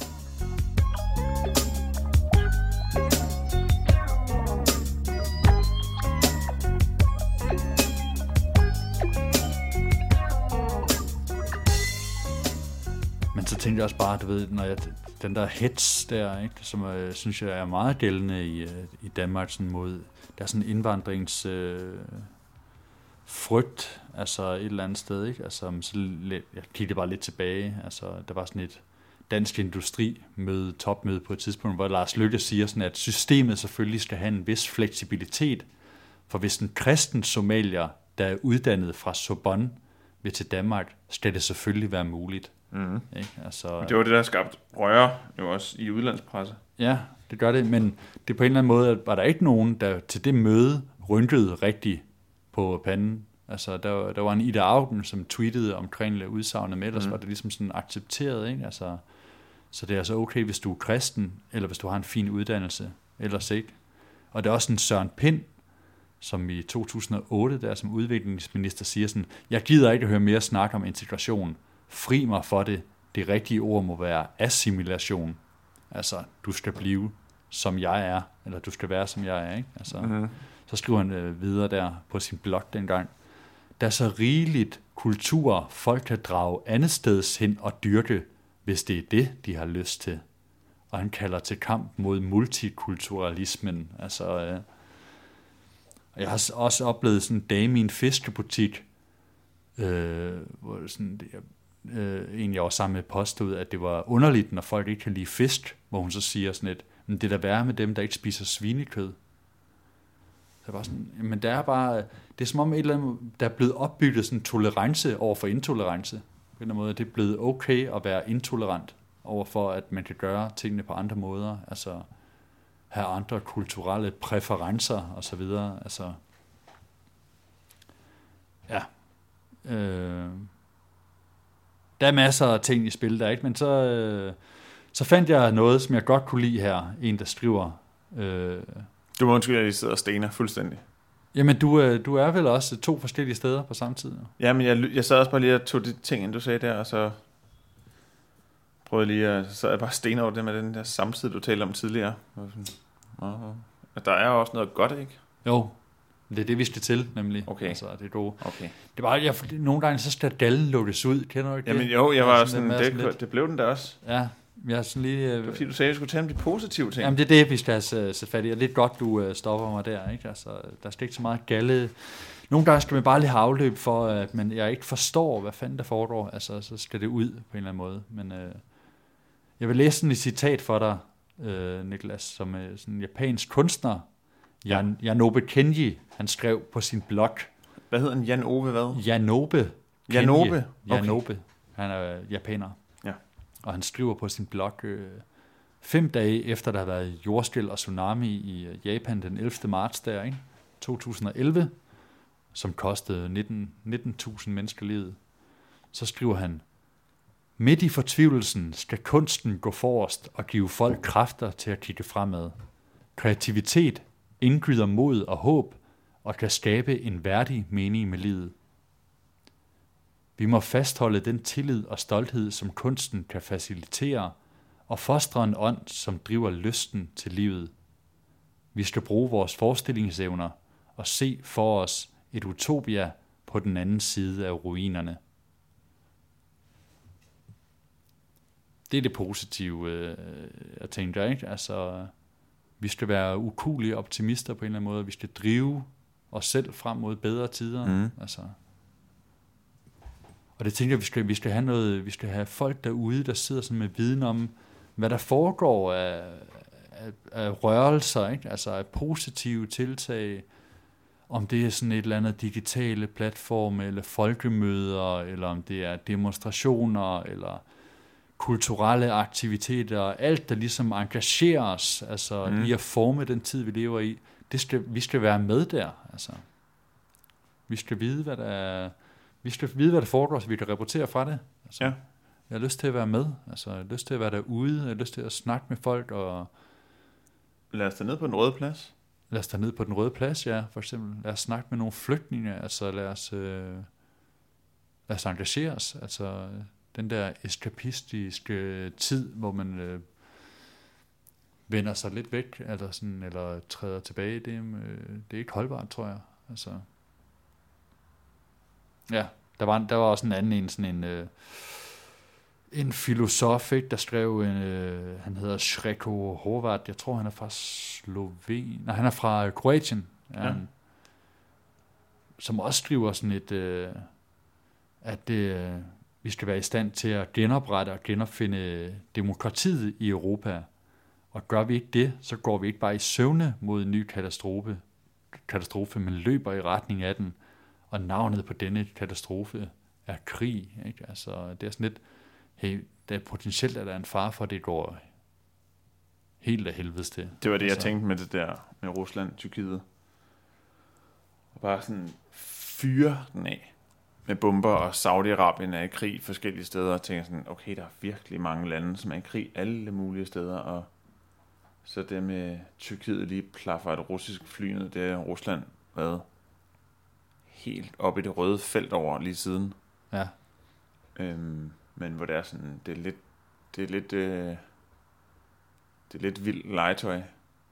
Men så tænkte jeg også bare, du ved, når jeg, den der hets der, ikke, som jeg synes jeg er meget gældende i, i Danmark, sådan mod, der er sådan en indvandrings øh, frygt, altså et eller andet sted, ikke? Altså, så lidt, jeg kiggede bare lidt tilbage, altså der var sådan et dansk industrimøde, topmøde på et tidspunkt, hvor Lars Løkke siger sådan, at systemet selvfølgelig skal have en vis fleksibilitet, for hvis en kristen somalier, der er uddannet fra Sorbonne, vil til Danmark, skal det selvfølgelig være muligt. Mm-hmm. Ikke? Altså, Det var det, der skabte røre jo også i udlandspresse. ja, det gør det, men det på en eller anden måde, var der ikke nogen, der til det møde rynkede rigtigt på panden. Altså, der, der var en Ida Auken, som tweetede omkring udsagnet med, ellers mm. var det ligesom sådan accepteret, ikke? Altså, så det er altså okay, hvis du er kristen, eller hvis du har en fin uddannelse, ellers ikke. Og det er også en Søren Pind, som i to tusind og otte, der som udviklingsminister siger sådan, jeg gider ikke at høre mere snak om integration. Fri mig for det. Det rigtige ord må være assimilation. Altså, du skal blive, som jeg er, eller du skal være, som jeg er, ikke? Altså, mm-hmm. Så skriver han øh, videre der på sin blog dengang. Der er så rigeligt kultur, folk kan drage andet steds hen og dyrke, hvis det er det, de har lyst til. Og han kalder til kamp mod multikulturalismen. Altså, øh, jeg har også oplevet sådan en dame i en fiskebutik, øh, hvor sådan, det, øh, en jeg var sammen med påstod, at det var underligt, når folk ikke kan lide fisk, hvor hun så siger sådan et, men det er da værre med dem, der ikke spiser svinekød. Så var sådan, men der er bare, det er som om et eller andet, der er blevet opbygget sådan en tolerance over for intolerance. På en eller anden måde, det er blevet okay at være intolerant over for, at man kan gøre tingene på andre måder, altså have andre kulturelle præferencer og så videre, altså ja. Øh, der er masser af ting i spil der, ikke? Men så, øh, så fandt jeg noget, som jeg godt kunne lide her, en der skriver. Øh, Du må undskylde, at I sidder og stener fuldstændig. Jamen, du, øh, du er vel også to forskellige steder på samme tid? Ja, men jeg, jeg sad også bare lige og tog de ting, du sagde der, og så prøvede lige at, så sad jeg bare stener over det med den der samtid, du talte om tidligere. Og sådan, uh-huh. Og der er jo også noget godt, ikke? Jo, det er det, vi skal til, nemlig. Okay. Altså, det er gode. Okay. Det er bare, jeg, nogle gange, så skal gallen lukkes ud. Kender du ikke Jamen det? jo, jeg var Ja, sådan, lidt- det, sådan lidt- det blev den der også. Ja, jeg er sådan lige... Det Øh, var fordi, du sagde, at vi skulle tale om de positive ting. Jamen, det er det, vi skal have sætte fat i. Og lidt godt, du øh, stopper mig der, ikke? Altså, der skal ikke så meget galle. Nogle gange skal man bare lige have afløb for, at man, jeg ikke forstår, hvad fanden der foregår. Altså, så skal det ud på en eller anden måde. Men øh, jeg vil læse sådan et citat for dig, øh, Niklas, som er sådan en japansk kunstner, Jan, Janobe Kenji, han skrev på sin blog. Hvad hedder den? Jan Ove hvad? Janobe Kenji. Janobe? Okay. Janobe. Han er japaner. Ja. Og han skriver på sin blog, øh, fem dage efter der har været jordskælv og tsunami i øh, Japan den ellevte marts der, ikke? to tusind og elleve, som kostede nitten tusind mennesker livet, så skriver han, midt i fortvivlelsen skal kunsten gå forrest og give folk kræfter til at kigge fremad. Kreativitet indgyder mod og håb og kan skabe en værdig mening med livet. Vi må fastholde den tillid og stolthed, som kunsten kan facilitere, og fostre en ånd, som driver lysten til livet. Vi skal bruge vores forestillingsevner og se for os et utopia på den anden side af ruinerne. Det er det positive, øh, jeg tænker, ikke? Altså, vi skal være ukuelige optimister på en eller anden måde. Vi skal drive os selv frem mod bedre tider. Mm. Altså. Og det tænker jeg, vi skal, vi skal have noget, vi skal have folk derude, der sidder sådan med viden om, hvad der foregår af, af, af rørelser, ikke? Altså af positive tiltag, om det er sådan et eller andet digitale platforme, eller folkemøder, eller om det er demonstrationer, eller kulturelle aktiviteter, alt der ligesom engagerer os, altså mm. i at forme den tid, vi lever i, det skal, vi skal være med der, altså. Vi skal vide, hvad der er, vi skal vide, hvad der foregår, så vi kan rapportere fra det. Altså. Ja. Jeg har lyst til at være med. Altså, jeg har lyst til at være derude. Jeg har lyst til at snakke med folk. Og Lad os tage ned på den røde plads. lad os tage ned på den røde plads, ja, for eksempel. Lad os snakke med nogle flygtninge. Altså, lad os, øh, lad os engagere os. Altså, den der eskapistiske tid, hvor man øh, vender sig lidt væk, eller, sådan, eller træder tilbage, det, øh, det er ikke holdbart, tror jeg. Altså, ja, der var, der var også en anden en, sådan en, øh, en filosof, ikke, der skrev, en, øh, han hedder Sreko Horvat, jeg tror, han er fra Slovenien, nej, han er fra Kroatien, ja. Han, som også skriver sådan et, øh, at øh, vi skal være i stand til at genoprette og genopfinde demokratiet i Europa. Og gør vi ikke det, så går vi ikke bare i søvne mod en ny katastrofe, katastrofe, men løber i retning af den. Og navnet på denne katastrofe er krig. Ikke? Altså, det er sådan lidt, hey, der er potentielt, at der er en fare for, at det går helt af helvedes til. Det var det, altså, jeg tænkte med det der med Rusland, Tyrkiet. Og bare sådan fyre den af med bomber, og Saudi-Arabien er i krig forskellige steder, og tænker sådan, okay, der er virkelig mange lande, som er i krig alle mulige steder, og så det med Tyrkiet lige plaffer et russisk fly ned, det er Rusland været helt op i det røde felt over lige siden. Ja. Øhm, men hvor det er sådan, det er lidt, det er lidt, øh, det er lidt vildt legetøj.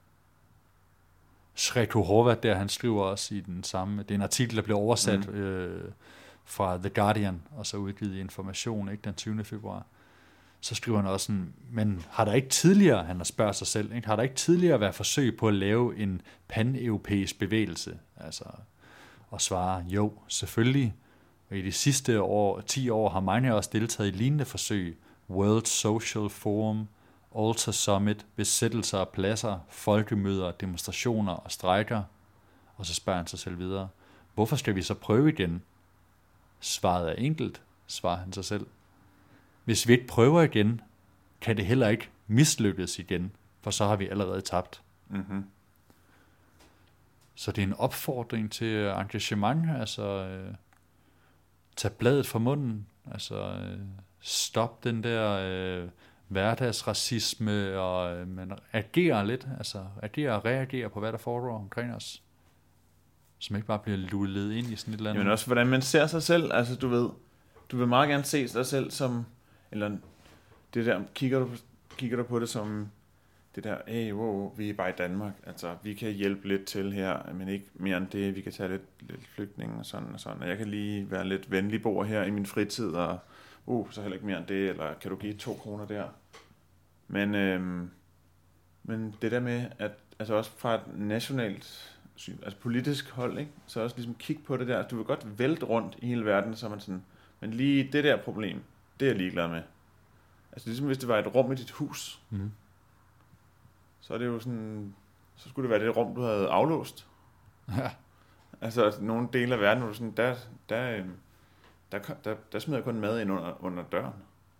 Sreko Horvat der, han skriver også i den samme, det er en artikel, der blev oversat mm. øh, fra The Guardian, og så udgivet i Information, ikke, den tyvende februar. Så skriver han også sådan, men har der ikke tidligere, han har spørget sig selv, ikke, har der ikke tidligere været forsøg på at lave en pan-europæisk bevægelse? Altså, og svare, jo, selvfølgelig. Og i de sidste år, ti år har mange også deltaget i lignende forsøg. World Social Forum, Alta Summit, besættelser af pladser, folkemøder, demonstrationer og strejker. Og så spørger han sig selv videre, hvorfor skal vi så prøve igen? Svaret er enkelt, svarer han sig selv. Hvis vi ikke prøver igen, kan det heller ikke mislykkes igen, for så har vi allerede tabt. Mm-hmm. Så det er en opfordring til engagement, altså øh, tag bladet fra munden, altså øh, stop den der øh, hverdagsracisme, og øh, man agerer lidt, altså agerer og reagerer på, hvad der foregår omkring os, som ikke bare bliver lullet ind i sådan et eller andet. Men også, hvordan man ser sig selv, altså du ved, du vil meget gerne se dig selv som, eller det der, kigger du, kigger du på det som det der, hey, wow, vi er bare i Danmark, altså vi kan hjælpe lidt til her, men ikke mere end det, vi kan tage lidt, lidt flygtninge og sådan og sådan, og jeg kan lige være lidt venlig bor her i min fritid, og uh, så heller ikke mere end det, eller kan du give to kroner der? Men, øhm, men det der med, at altså også fra et nationalt, altså politisk hold, ikke? Så også ligesom kigge på det der, du vil godt vælte rundt i hele verden, så man sådan, men lige det der problem, det er jeg ligeglad med. Altså ligesom hvis det var et rum i dit hus, Mm. så er det jo sådan, så skulle det være det rum, du havde aflåst. Ja. Altså nogle dele af verden, hvor du sådan, der, der, der, der, der smider jeg kun mad ind under, under døren.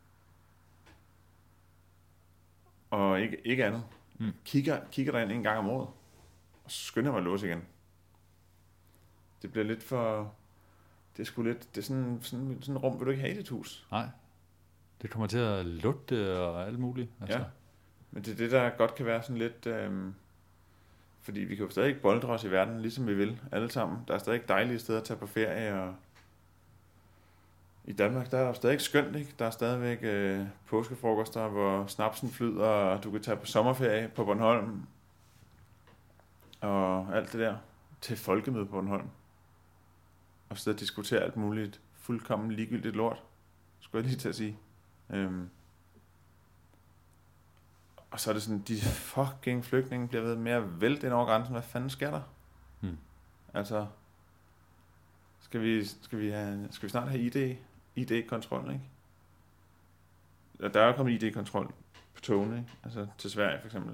Og ikke, ikke andet. Mm. Kigger, kigger der ind en gang om året, og så skynder jeg mig at låse igen. Det bliver lidt for, det er sgu lidt, det er sådan, sådan, sådan et rum, vil du ikke have i dit hus. Nej, det kommer til at lugte og alt muligt. Altså. Ja. Men det er det, der godt kan være sådan lidt, øhm, fordi vi kan jo stadig ikke boldre os i verden, ligesom vi vil, alle sammen. Der er stadig dejlige steder at tage på ferie, og i Danmark, der er jo stadig skønt, ikke? Der er stadigvæk øh, påskefrokoster, hvor snapsen flyder, og du kan tage på sommerferie på Bornholm, og alt det der, til folkemøde på Bornholm. Og så diskutere alt muligt, fuldkommen ligegyldigt lort, skulle jeg lige til at sige. Øhm. Og så er det sådan, de fucking flygtninge bliver ved med at vælte ind over grænsen. Hvad fanden sker der? Hmm. Altså, skal vi, skal vi, have, skal vi snart have I D, I D-kontrol, ikke? Der er jo kommet I D-kontrol på togene, ikke? Altså til Sverige for eksempel.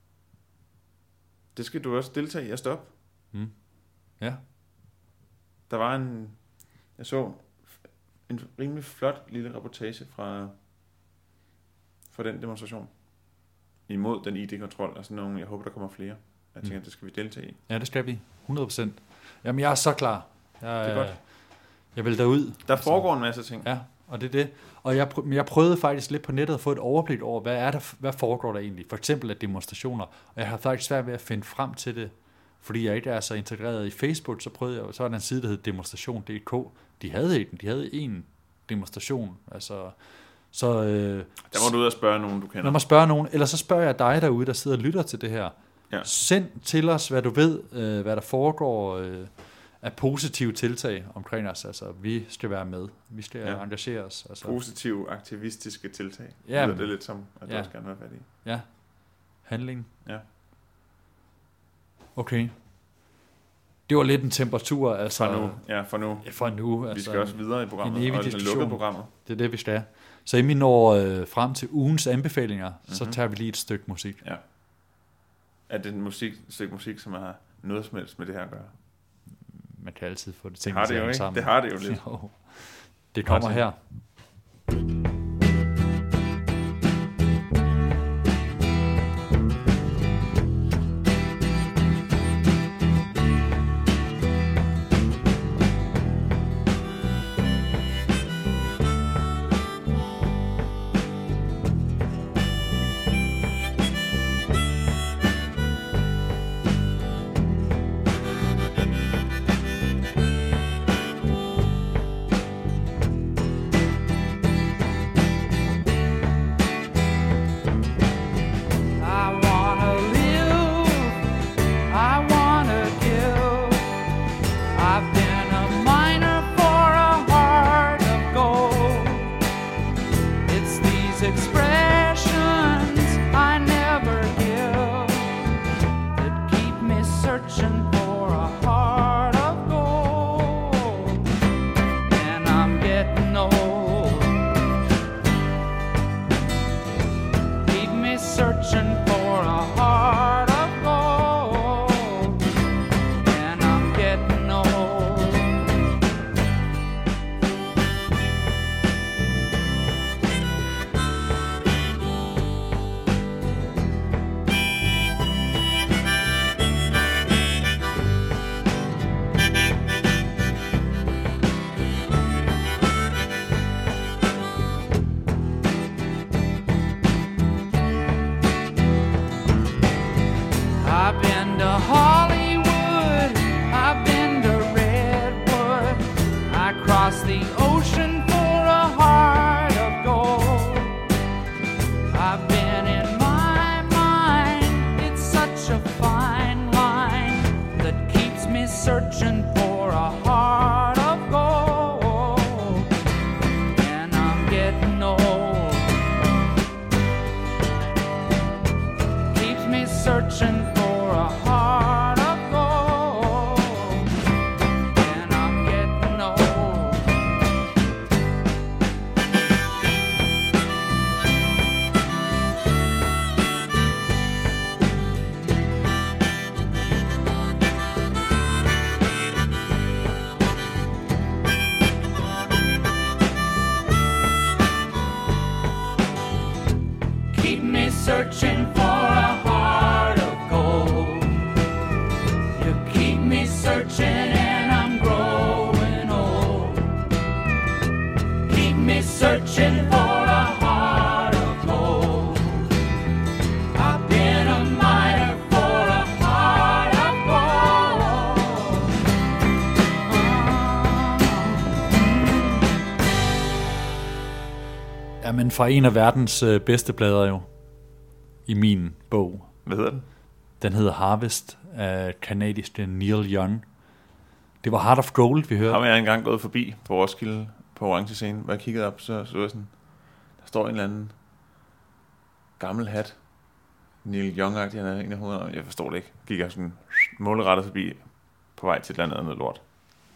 Det skal du også deltage i at stoppe. Hmm. Ja. Der var en, jeg så en rimelig flot lille reportage fra, fra den demonstration. Imod den I D-kontrol, og sådan nogle, jeg håber, der kommer flere. Jeg tænker, mm. det skal vi deltage i. Ja, det skal vi. hundrede procent. Jamen, jeg er så klar. Jeg, det er godt. Jeg vil derud. Der foregår en masse ting. Ja, Og det er det. Og jeg, men jeg prøvede faktisk lidt på nettet at få et overblik over, hvad er der, hvad foregår der egentlig? For eksempel af demonstrationer. Og jeg har faktisk svært ved at finde frem til det, fordi jeg ikke er så integreret i Facebook, så prøvede jeg, så var der en side, der hed demonstration punktum d k. De havde ikke, de havde en demonstration. Altså, så, øh, der må du ud og spørge nogen, du kender. Lad mig spørge nogen, eller så spørger jeg dig derude, der sidder og lytter til det her. Ja. Send til os, hvad du ved, øh, hvad der foregår øh, af positive tiltag omkring os. Altså, vi skal være med. Vi skal ja. engagere os. Altså. Positive, aktivistiske tiltag. Ja, det er lidt som, at du ja. også gerne vil have fat i. Ja. Handling. Ja. Okay. Det var lidt en temperatur, altså. For nu. Ja, for nu. Ja, for nu. Altså, vi skal også videre i programmet, en og det lukkede programmet. Det er det, vi skal. Så inden vi når øh, frem til ugens anbefalinger, mm-hmm. så Mhm. tager vi lige et stykke musik. Ja. Er det en musik, stykke musik, som har noget som helst med det her at gøre? Man kan altid få det Det ting har det jo ikke. sammen. Det har det jo lidt. Jo. Det kommer her. I wanna live, I wanna give. I've been a miner for a heart of gold. It's these expressions I never give that keep me searching for a heart of gold. And I'm getting old. Keep me searching for a heart of gold, and I'm getting old. I've been to Hollywood, I've been to Redwood, I crossed the ocean for a heart of gold. I've been in my mind, it's such a fine line that keeps me searching for a heart of gold. And I'm getting old. Keeps me searching for a heart of gold, and I'm getting old. Keep me searching for a heart of gold. You keep me searching and I'm growing old. Keep me searching for a heart of gold. I've been a miner for a heart of gold. Ja, men fra en af verdens øh, bedste plader jo, i min bog. Hvad hedder den? Den hedder Harvest af kanadiske Neil Young. Det var Heart of Gold, vi hørte. Har jeg engang gået forbi på Roskilde på Orange Scene, hvor jeg kiggede op, så så jeg sådan, der står en eller anden gammel hat. Neil Young-agtig, han er en af hovederne. Jeg forstår det ikke. Gik jeg sådan målrettet forbi på vej til et eller andet lort.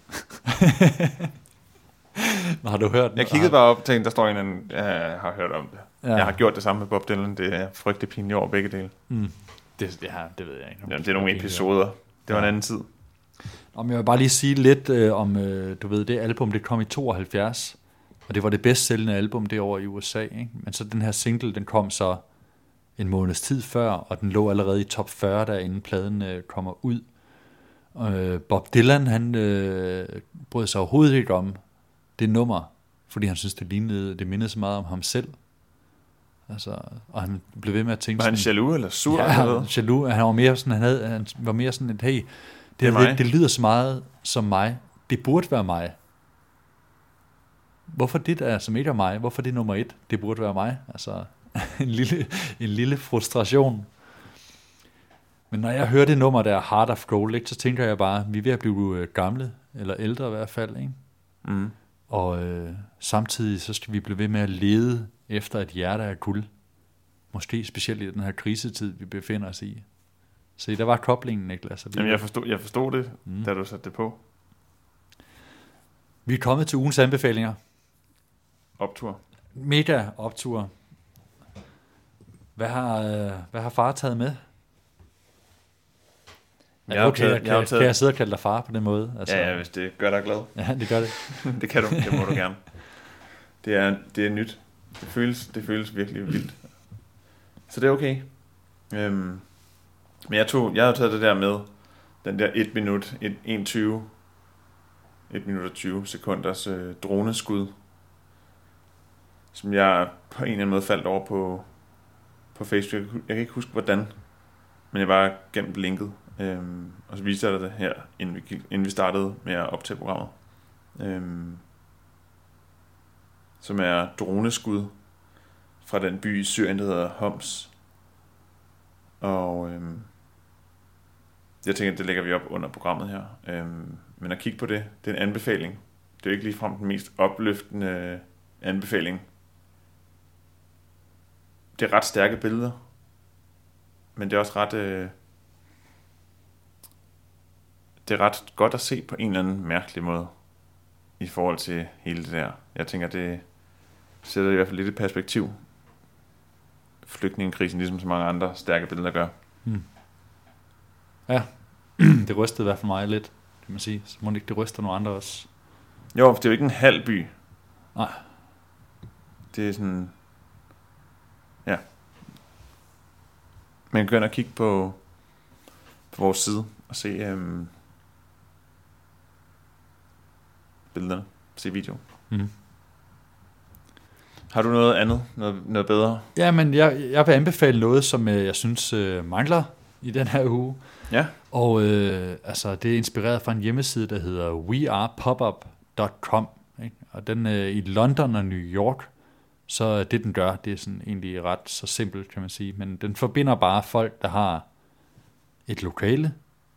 Nå, har du hørt den? Jeg kiggede bare op og tænkte, der står en eller anden, jeg har hørt om det. Ja. Jeg har gjort det samme med Bob Dylan. Det er frygtelig pinligt over begge dele. Mm. Det, ja, det ved jeg ikke. Jamen, det er nogle episoder. Det var en anden tid. Om jeg vil bare lige sige lidt øh, om, øh, du ved, det album, det kom i tooghalvfjerds, og det var det bedst sælgende album det år i U S A, ikke? Men så den her single, den kom så en måneds tid før, og den lå allerede i top fyrre, der inden pladen øh, kommer ud. Øh, Bob Dylan, han øh, brød sig overhovedet ikke om det nummer, fordi han synes, det lignede, det mindede så meget om ham selv. Altså, og han blev ved med at tænke var han sådan, jaloux eller sur? ja, eller han, jaloux, han var mere sådan, han, havde, han var mere sådan et, hey, det, Det er det, mig. det, det lyder så meget som mig, det burde være mig. Hvorfor det der, som ikke er mig? Hvorfor det er nummer et? Det burde være mig. Altså, en lille, en lille frustration. Men når jeg hører det nummer der, Heart of Gold, ikke, så tænker jeg bare, vi er ved at blive øh, gamle, eller ældre i hvert fald, ikke? Mm. Og øh, samtidig så skal vi blive ved med at lede efter et hjerte af guld. Måske specielt i den her krisetid, vi befinder os i. Så der var koblingen, Niklas. Jamen, jeg forstod, jeg forstod det, mm. da du satte det på. Vi er kommet til ugens anbefalinger. Optur. Mega optur. Hvad har, øh, hvad har far taget med? Er Jeg det har okay, taget- jeg, jeg har kan, taget- kan jeg sidde og kalde dig far på den måde? Altså, Ja, ja, hvis det gør dig glad. ja, det gør det. Det kan du, det må du gerne. Det er, det er nyt. Det føles, det føles virkelig vildt. Så det er okay. Øhm, men jeg tog, jeg har taget det der med, den der et minut, et, en tyve, et minut og tyve sekunders øh, droneskud, som jeg på en eller anden måde faldt over på, på Facebook. Jeg kan ikke huske hvordan, men jeg var gennem linket, øhm, og så viste jeg det her, inden vi, gik, inden vi startede med at optage programmet. Øhm, som er droneskud fra den by i Syrien, der hedder Homs. Og øhm, jeg tænker, at det lægger vi op under programmet her. Øhm, men at kigge på det, det er en anbefaling. Det er jo ikke ligefrem den mest opløftende anbefaling. Det er ret stærke billeder, men det er også ret øh, det er ret godt at se på en eller anden mærkelig måde i forhold til hele det der. Jeg tænker, det sætter i hvert fald lidt i perspektiv. Flygtningekrisen, ligesom så mange andre stærke billeder gør. Ja, det rystede i hvert fald mig lidt, kan man sige. Så må det ikke det ryster nogle andre også. Jo, det er jo ikke en halv by. Nej. Det er sådan... Ja. Man kan gå ind og kigge på, på vores side og se øhm, billederne. Se video. Mhm. Har du noget andet? Noget, noget bedre? Ja, men jeg, jeg vil anbefale noget, som øh, jeg synes øh, mangler i den her uge. Ja. Og Og øh, altså, det er inspireret fra en hjemmeside, der hedder we are pop up dot com. Ikke? Og den øh, i London og New York, så det den gør, det er sådan egentlig ret så simpelt, kan man sige. Men den forbinder bare folk, der har et lokale,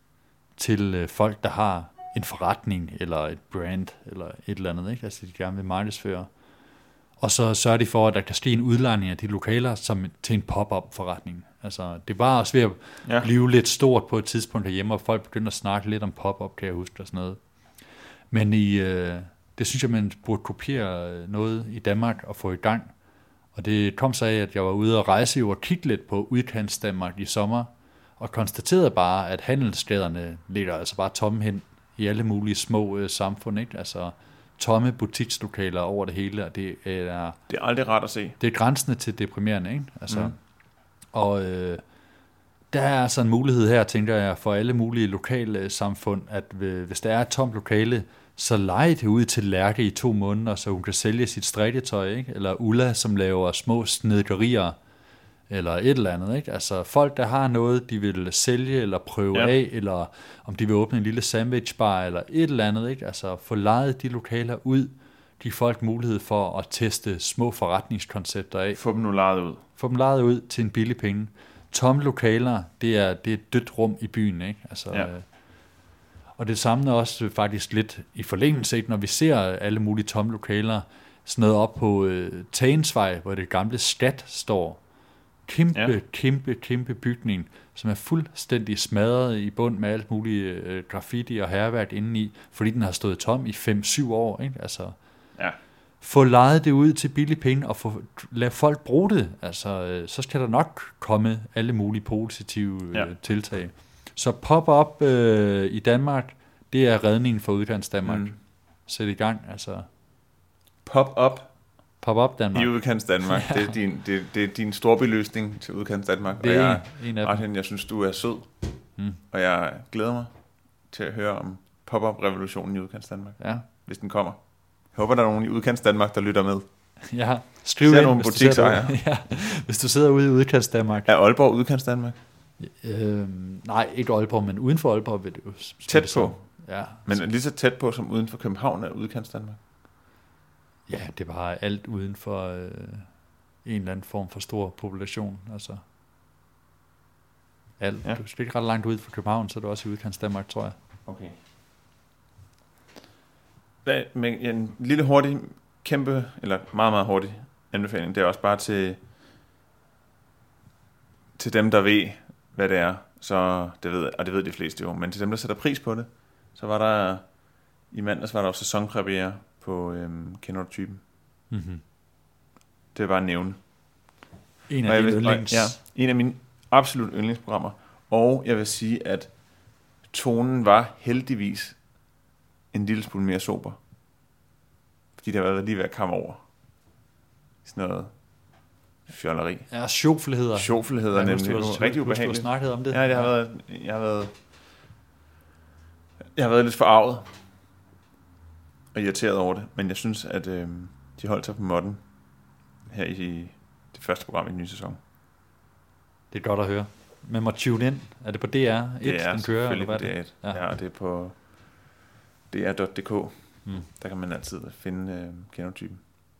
til øh, folk, der har en forretning, eller et brand, eller et eller andet, ikke? Altså de gerne vil markedsføre. Og så sørger de for, at der kan ske en udlejning af de lokaler som til en pop-up forretning. Altså, det var også ved at Ja. ja. blive lidt stort på et tidspunkt herhjemme, og folk begyndte at snakke lidt om pop-up, kan jeg huske, og sådan noget. Men i, øh, det synes jeg, man burde kopiere noget i Danmark og få i gang. Og det kom så af, at jeg var ude og rejse jo og kigge lidt på udkants Danmark i sommer, og konstaterede bare, at handelsstederne ligger altså bare tomme hen i alle mulige små øh, samfund, ikke? Altså tomme butikslokaler over det hele, og det er, det er aldrig rart at se. det er grænsende til deprimerende, ikke? Altså, Mm. mm. Og øh, der er altså en mulighed her, tænker jeg, for alle mulige lokale samfund, at hvis der er et tomt lokale, så lege det ud til Lærke i to måneder, så hun kan sælge sit strikketøj, ikke? Eller Ulla, som laver små snedkerier, eller et eller andet, ikke? Altså folk, der har noget, de vil sælge eller prøve Ja. ja. af, eller om de vil åbne en lille sandwichbar, eller et eller andet, ikke? Altså få lejet de lokaler ud, give folk mulighed for at teste små forretningskoncepter af. Få dem nu lejet ud. Få dem lejet ud til en billig penge. Tomme lokaler, det er, det er et dødt rum i byen, ikke? Altså, Ja. øh, og det samme er også faktisk lidt i forlængelse, ikke? Når vi ser alle mulige tomme lokaler, sådan noget op på øh, Tagensvej, hvor det gamle Skat står. Kæmpe, Ja. ja. kæmpe, kæmpe bygning, som er fuldstændig smadret i bund med alt muligt øh, graffiti og hærværk indeni, fordi den har stået tom i fem syv år, ikke? Altså, Ja. få lejet det ud til billige penge, og få, lad folk bruge det. Altså, øh, så skal der nok komme alle mulige positive øh, Ja. tiltag. Så pop-up øh, i Danmark, det er redningen for Udkants Danmark. Mm. Mm. Sæt i gang, altså. Pop-up Pop-up Danmark. i Udkants Danmark. Det er din, det, det er din storbyløsning til Udkants Danmark. Det og er jeg, en, en af dem. Martin, jeg synes, du er sød. Mm. Og jeg glæder mig til at høre om pop-up-revolutionen i Udkants Danmark, Ja. hvis den kommer. håber, der er nogen i udkants Danmark, der lytter med. Ja, skriv Ser ind, nogle hvis du, sidder butiksejere. derude, ja, hvis du sidder ude i udkants Danmark. Er Aalborg udkants Danmark? Øhm, nej, ikke Aalborg, men uden for Aalborg vil det jo... Tæt det så- på. Ja, Men lige så tæt på, som uden for København er udkants Danmark. ja, det er bare alt uden for øh, en eller anden form for stor population. Altså, alt. Ja. Ja. Du skal ikke ret langt ud fra København, så er du også i udkants Danmark, tror jeg. Okay. Hvad, men en lille hurtig, kæmpe, eller meget, meget hurtig anbefaling, det er også bare til, til dem, der ved, hvad det er, så det ved, og det ved de fleste jo, men til dem, der sætter pris på det, så var der, i mandags var der jo sæsonpremiere på øhm, Kender du typen? Mm-hmm. Det er bare at nævne. En Og af jeg de vil- yndlings... Ja, en af mine absolut yndlingsprogrammer, og jeg vil sige, at tonen var heldigvis en lille smule mere sober. Fordi der var lige ved at komme over. Sådan noget fjolleri. Ja, sjofel hedder. Sjofel hedder Ja, nemlig. husk, Det du har- var husk, rigtig du har ubehageligt. snakket om det. Ja, det har været, jeg har været, jeg har været lidt forarvet og irriteret over det, men jeg synes, at øh, de holdt sig på måtten her i det første program i den nye sæson. Det er godt at høre. Man må tune ind. Er det på D R et, Det er den kører? Eller selvfølgelig hvad på er D R det? et. Ja. ja, det er på D R punktum d k. Mm. Der kan man altid finde øh, genotypen.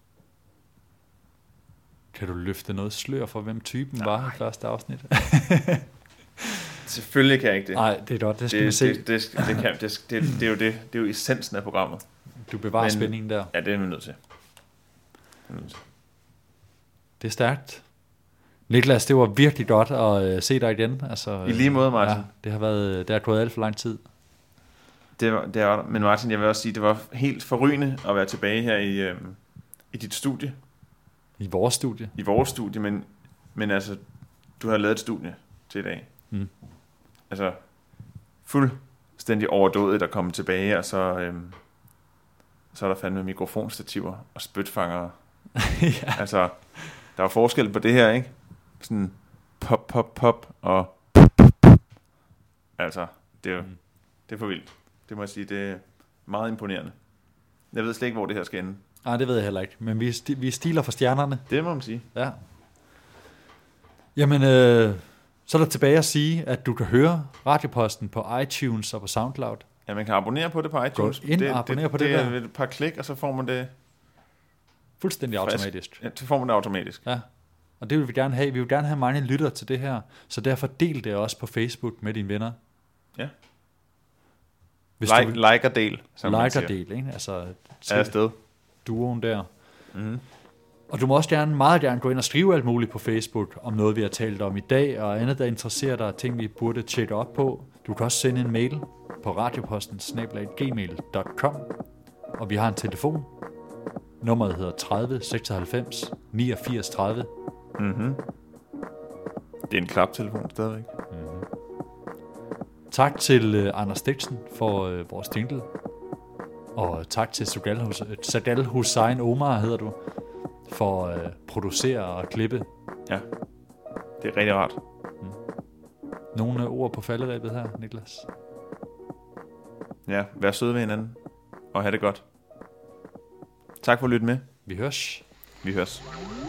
Kan du løfte noget slør for, hvem typen Nej. var i første afsnit? Selvfølgelig kan jeg ikke det. Nej, det er godt. Det skal det, vi se. det, det, det, kan, det, det, det, er jo det. Det er jo essensen af programmet. Du bevarer Men- spændingen der. Ja, det er vi nødt til. Det er vi nødt til. Det er stærkt. Niklas, det var virkelig godt at øh, se dig igen. Altså, I lige måde, Martin. Ja, det har været, det har gået alt for lang tid. Det var, det er, men Martin, jeg vil også sige, det var helt forrygende at være tilbage her i, øh, i dit studie. I vores studie. I vores studie, men, men altså, du har lavet et studie til i dag. Mm. Altså, fuldstændig overdådigt at komme tilbage, og så, øh, så er der fandme mikrofonstativer og spytfangere. Ja. Altså, der var forskel på det her, ikke? Sådan pop, pop, pop og altså, det er, Mm. det er for vildt. Det må jeg sige, det er meget imponerende. Jeg ved slet ikke, hvor det her skal ende. Nej, det ved jeg heller ikke. Men vi, sti- vi stiler for stjernerne. Det må man sige. Ja. Jamen, øh, så er der tilbage at sige, at du kan høre Radioposten på iTunes og på SoundCloud. Ja, man kan abonnere på det på iTunes. Gå ind og abonner på det det der. er et par klik, og så får man det, Fuldstændig automatisk. ja, så får man det automatisk. Ja. Og det vil vi gerne have. Vi vil gerne have mange lytter til det her. Så derfor del det også på Facebook med dine venner. Ja. Hvis Like, du vil like og del, som man like siger. og del, ikke? Altså, Er til afsted. duoen der. Mm-hmm. Og du må også gerne, meget gerne gå ind og skrive alt muligt på Facebook om noget, vi har talt om i dag, og andet, der interesserer dig, ting, vi burde tjekke op på. Du kan også sende en mail på radioposten snabel-a gmail punktum com, og vi har en telefon. Nummeret hedder tredive seksoghalvfems niogfirs tredive. Mm-hmm. Det er en klaptelefon stadigvæk. Tak til uh, Anders Dixon for uh, vores jingle. Og tak til Sadal, Hus- Sadal Hussein Omar, hedder du, for at uh, producere og klippe. Ja, det er rigtig rart. Nogle ord på falderæbet her, Niklas. Ja, vær søde ved hinanden, og have det godt. Tak for at lytte med. Vi høres. Vi høres.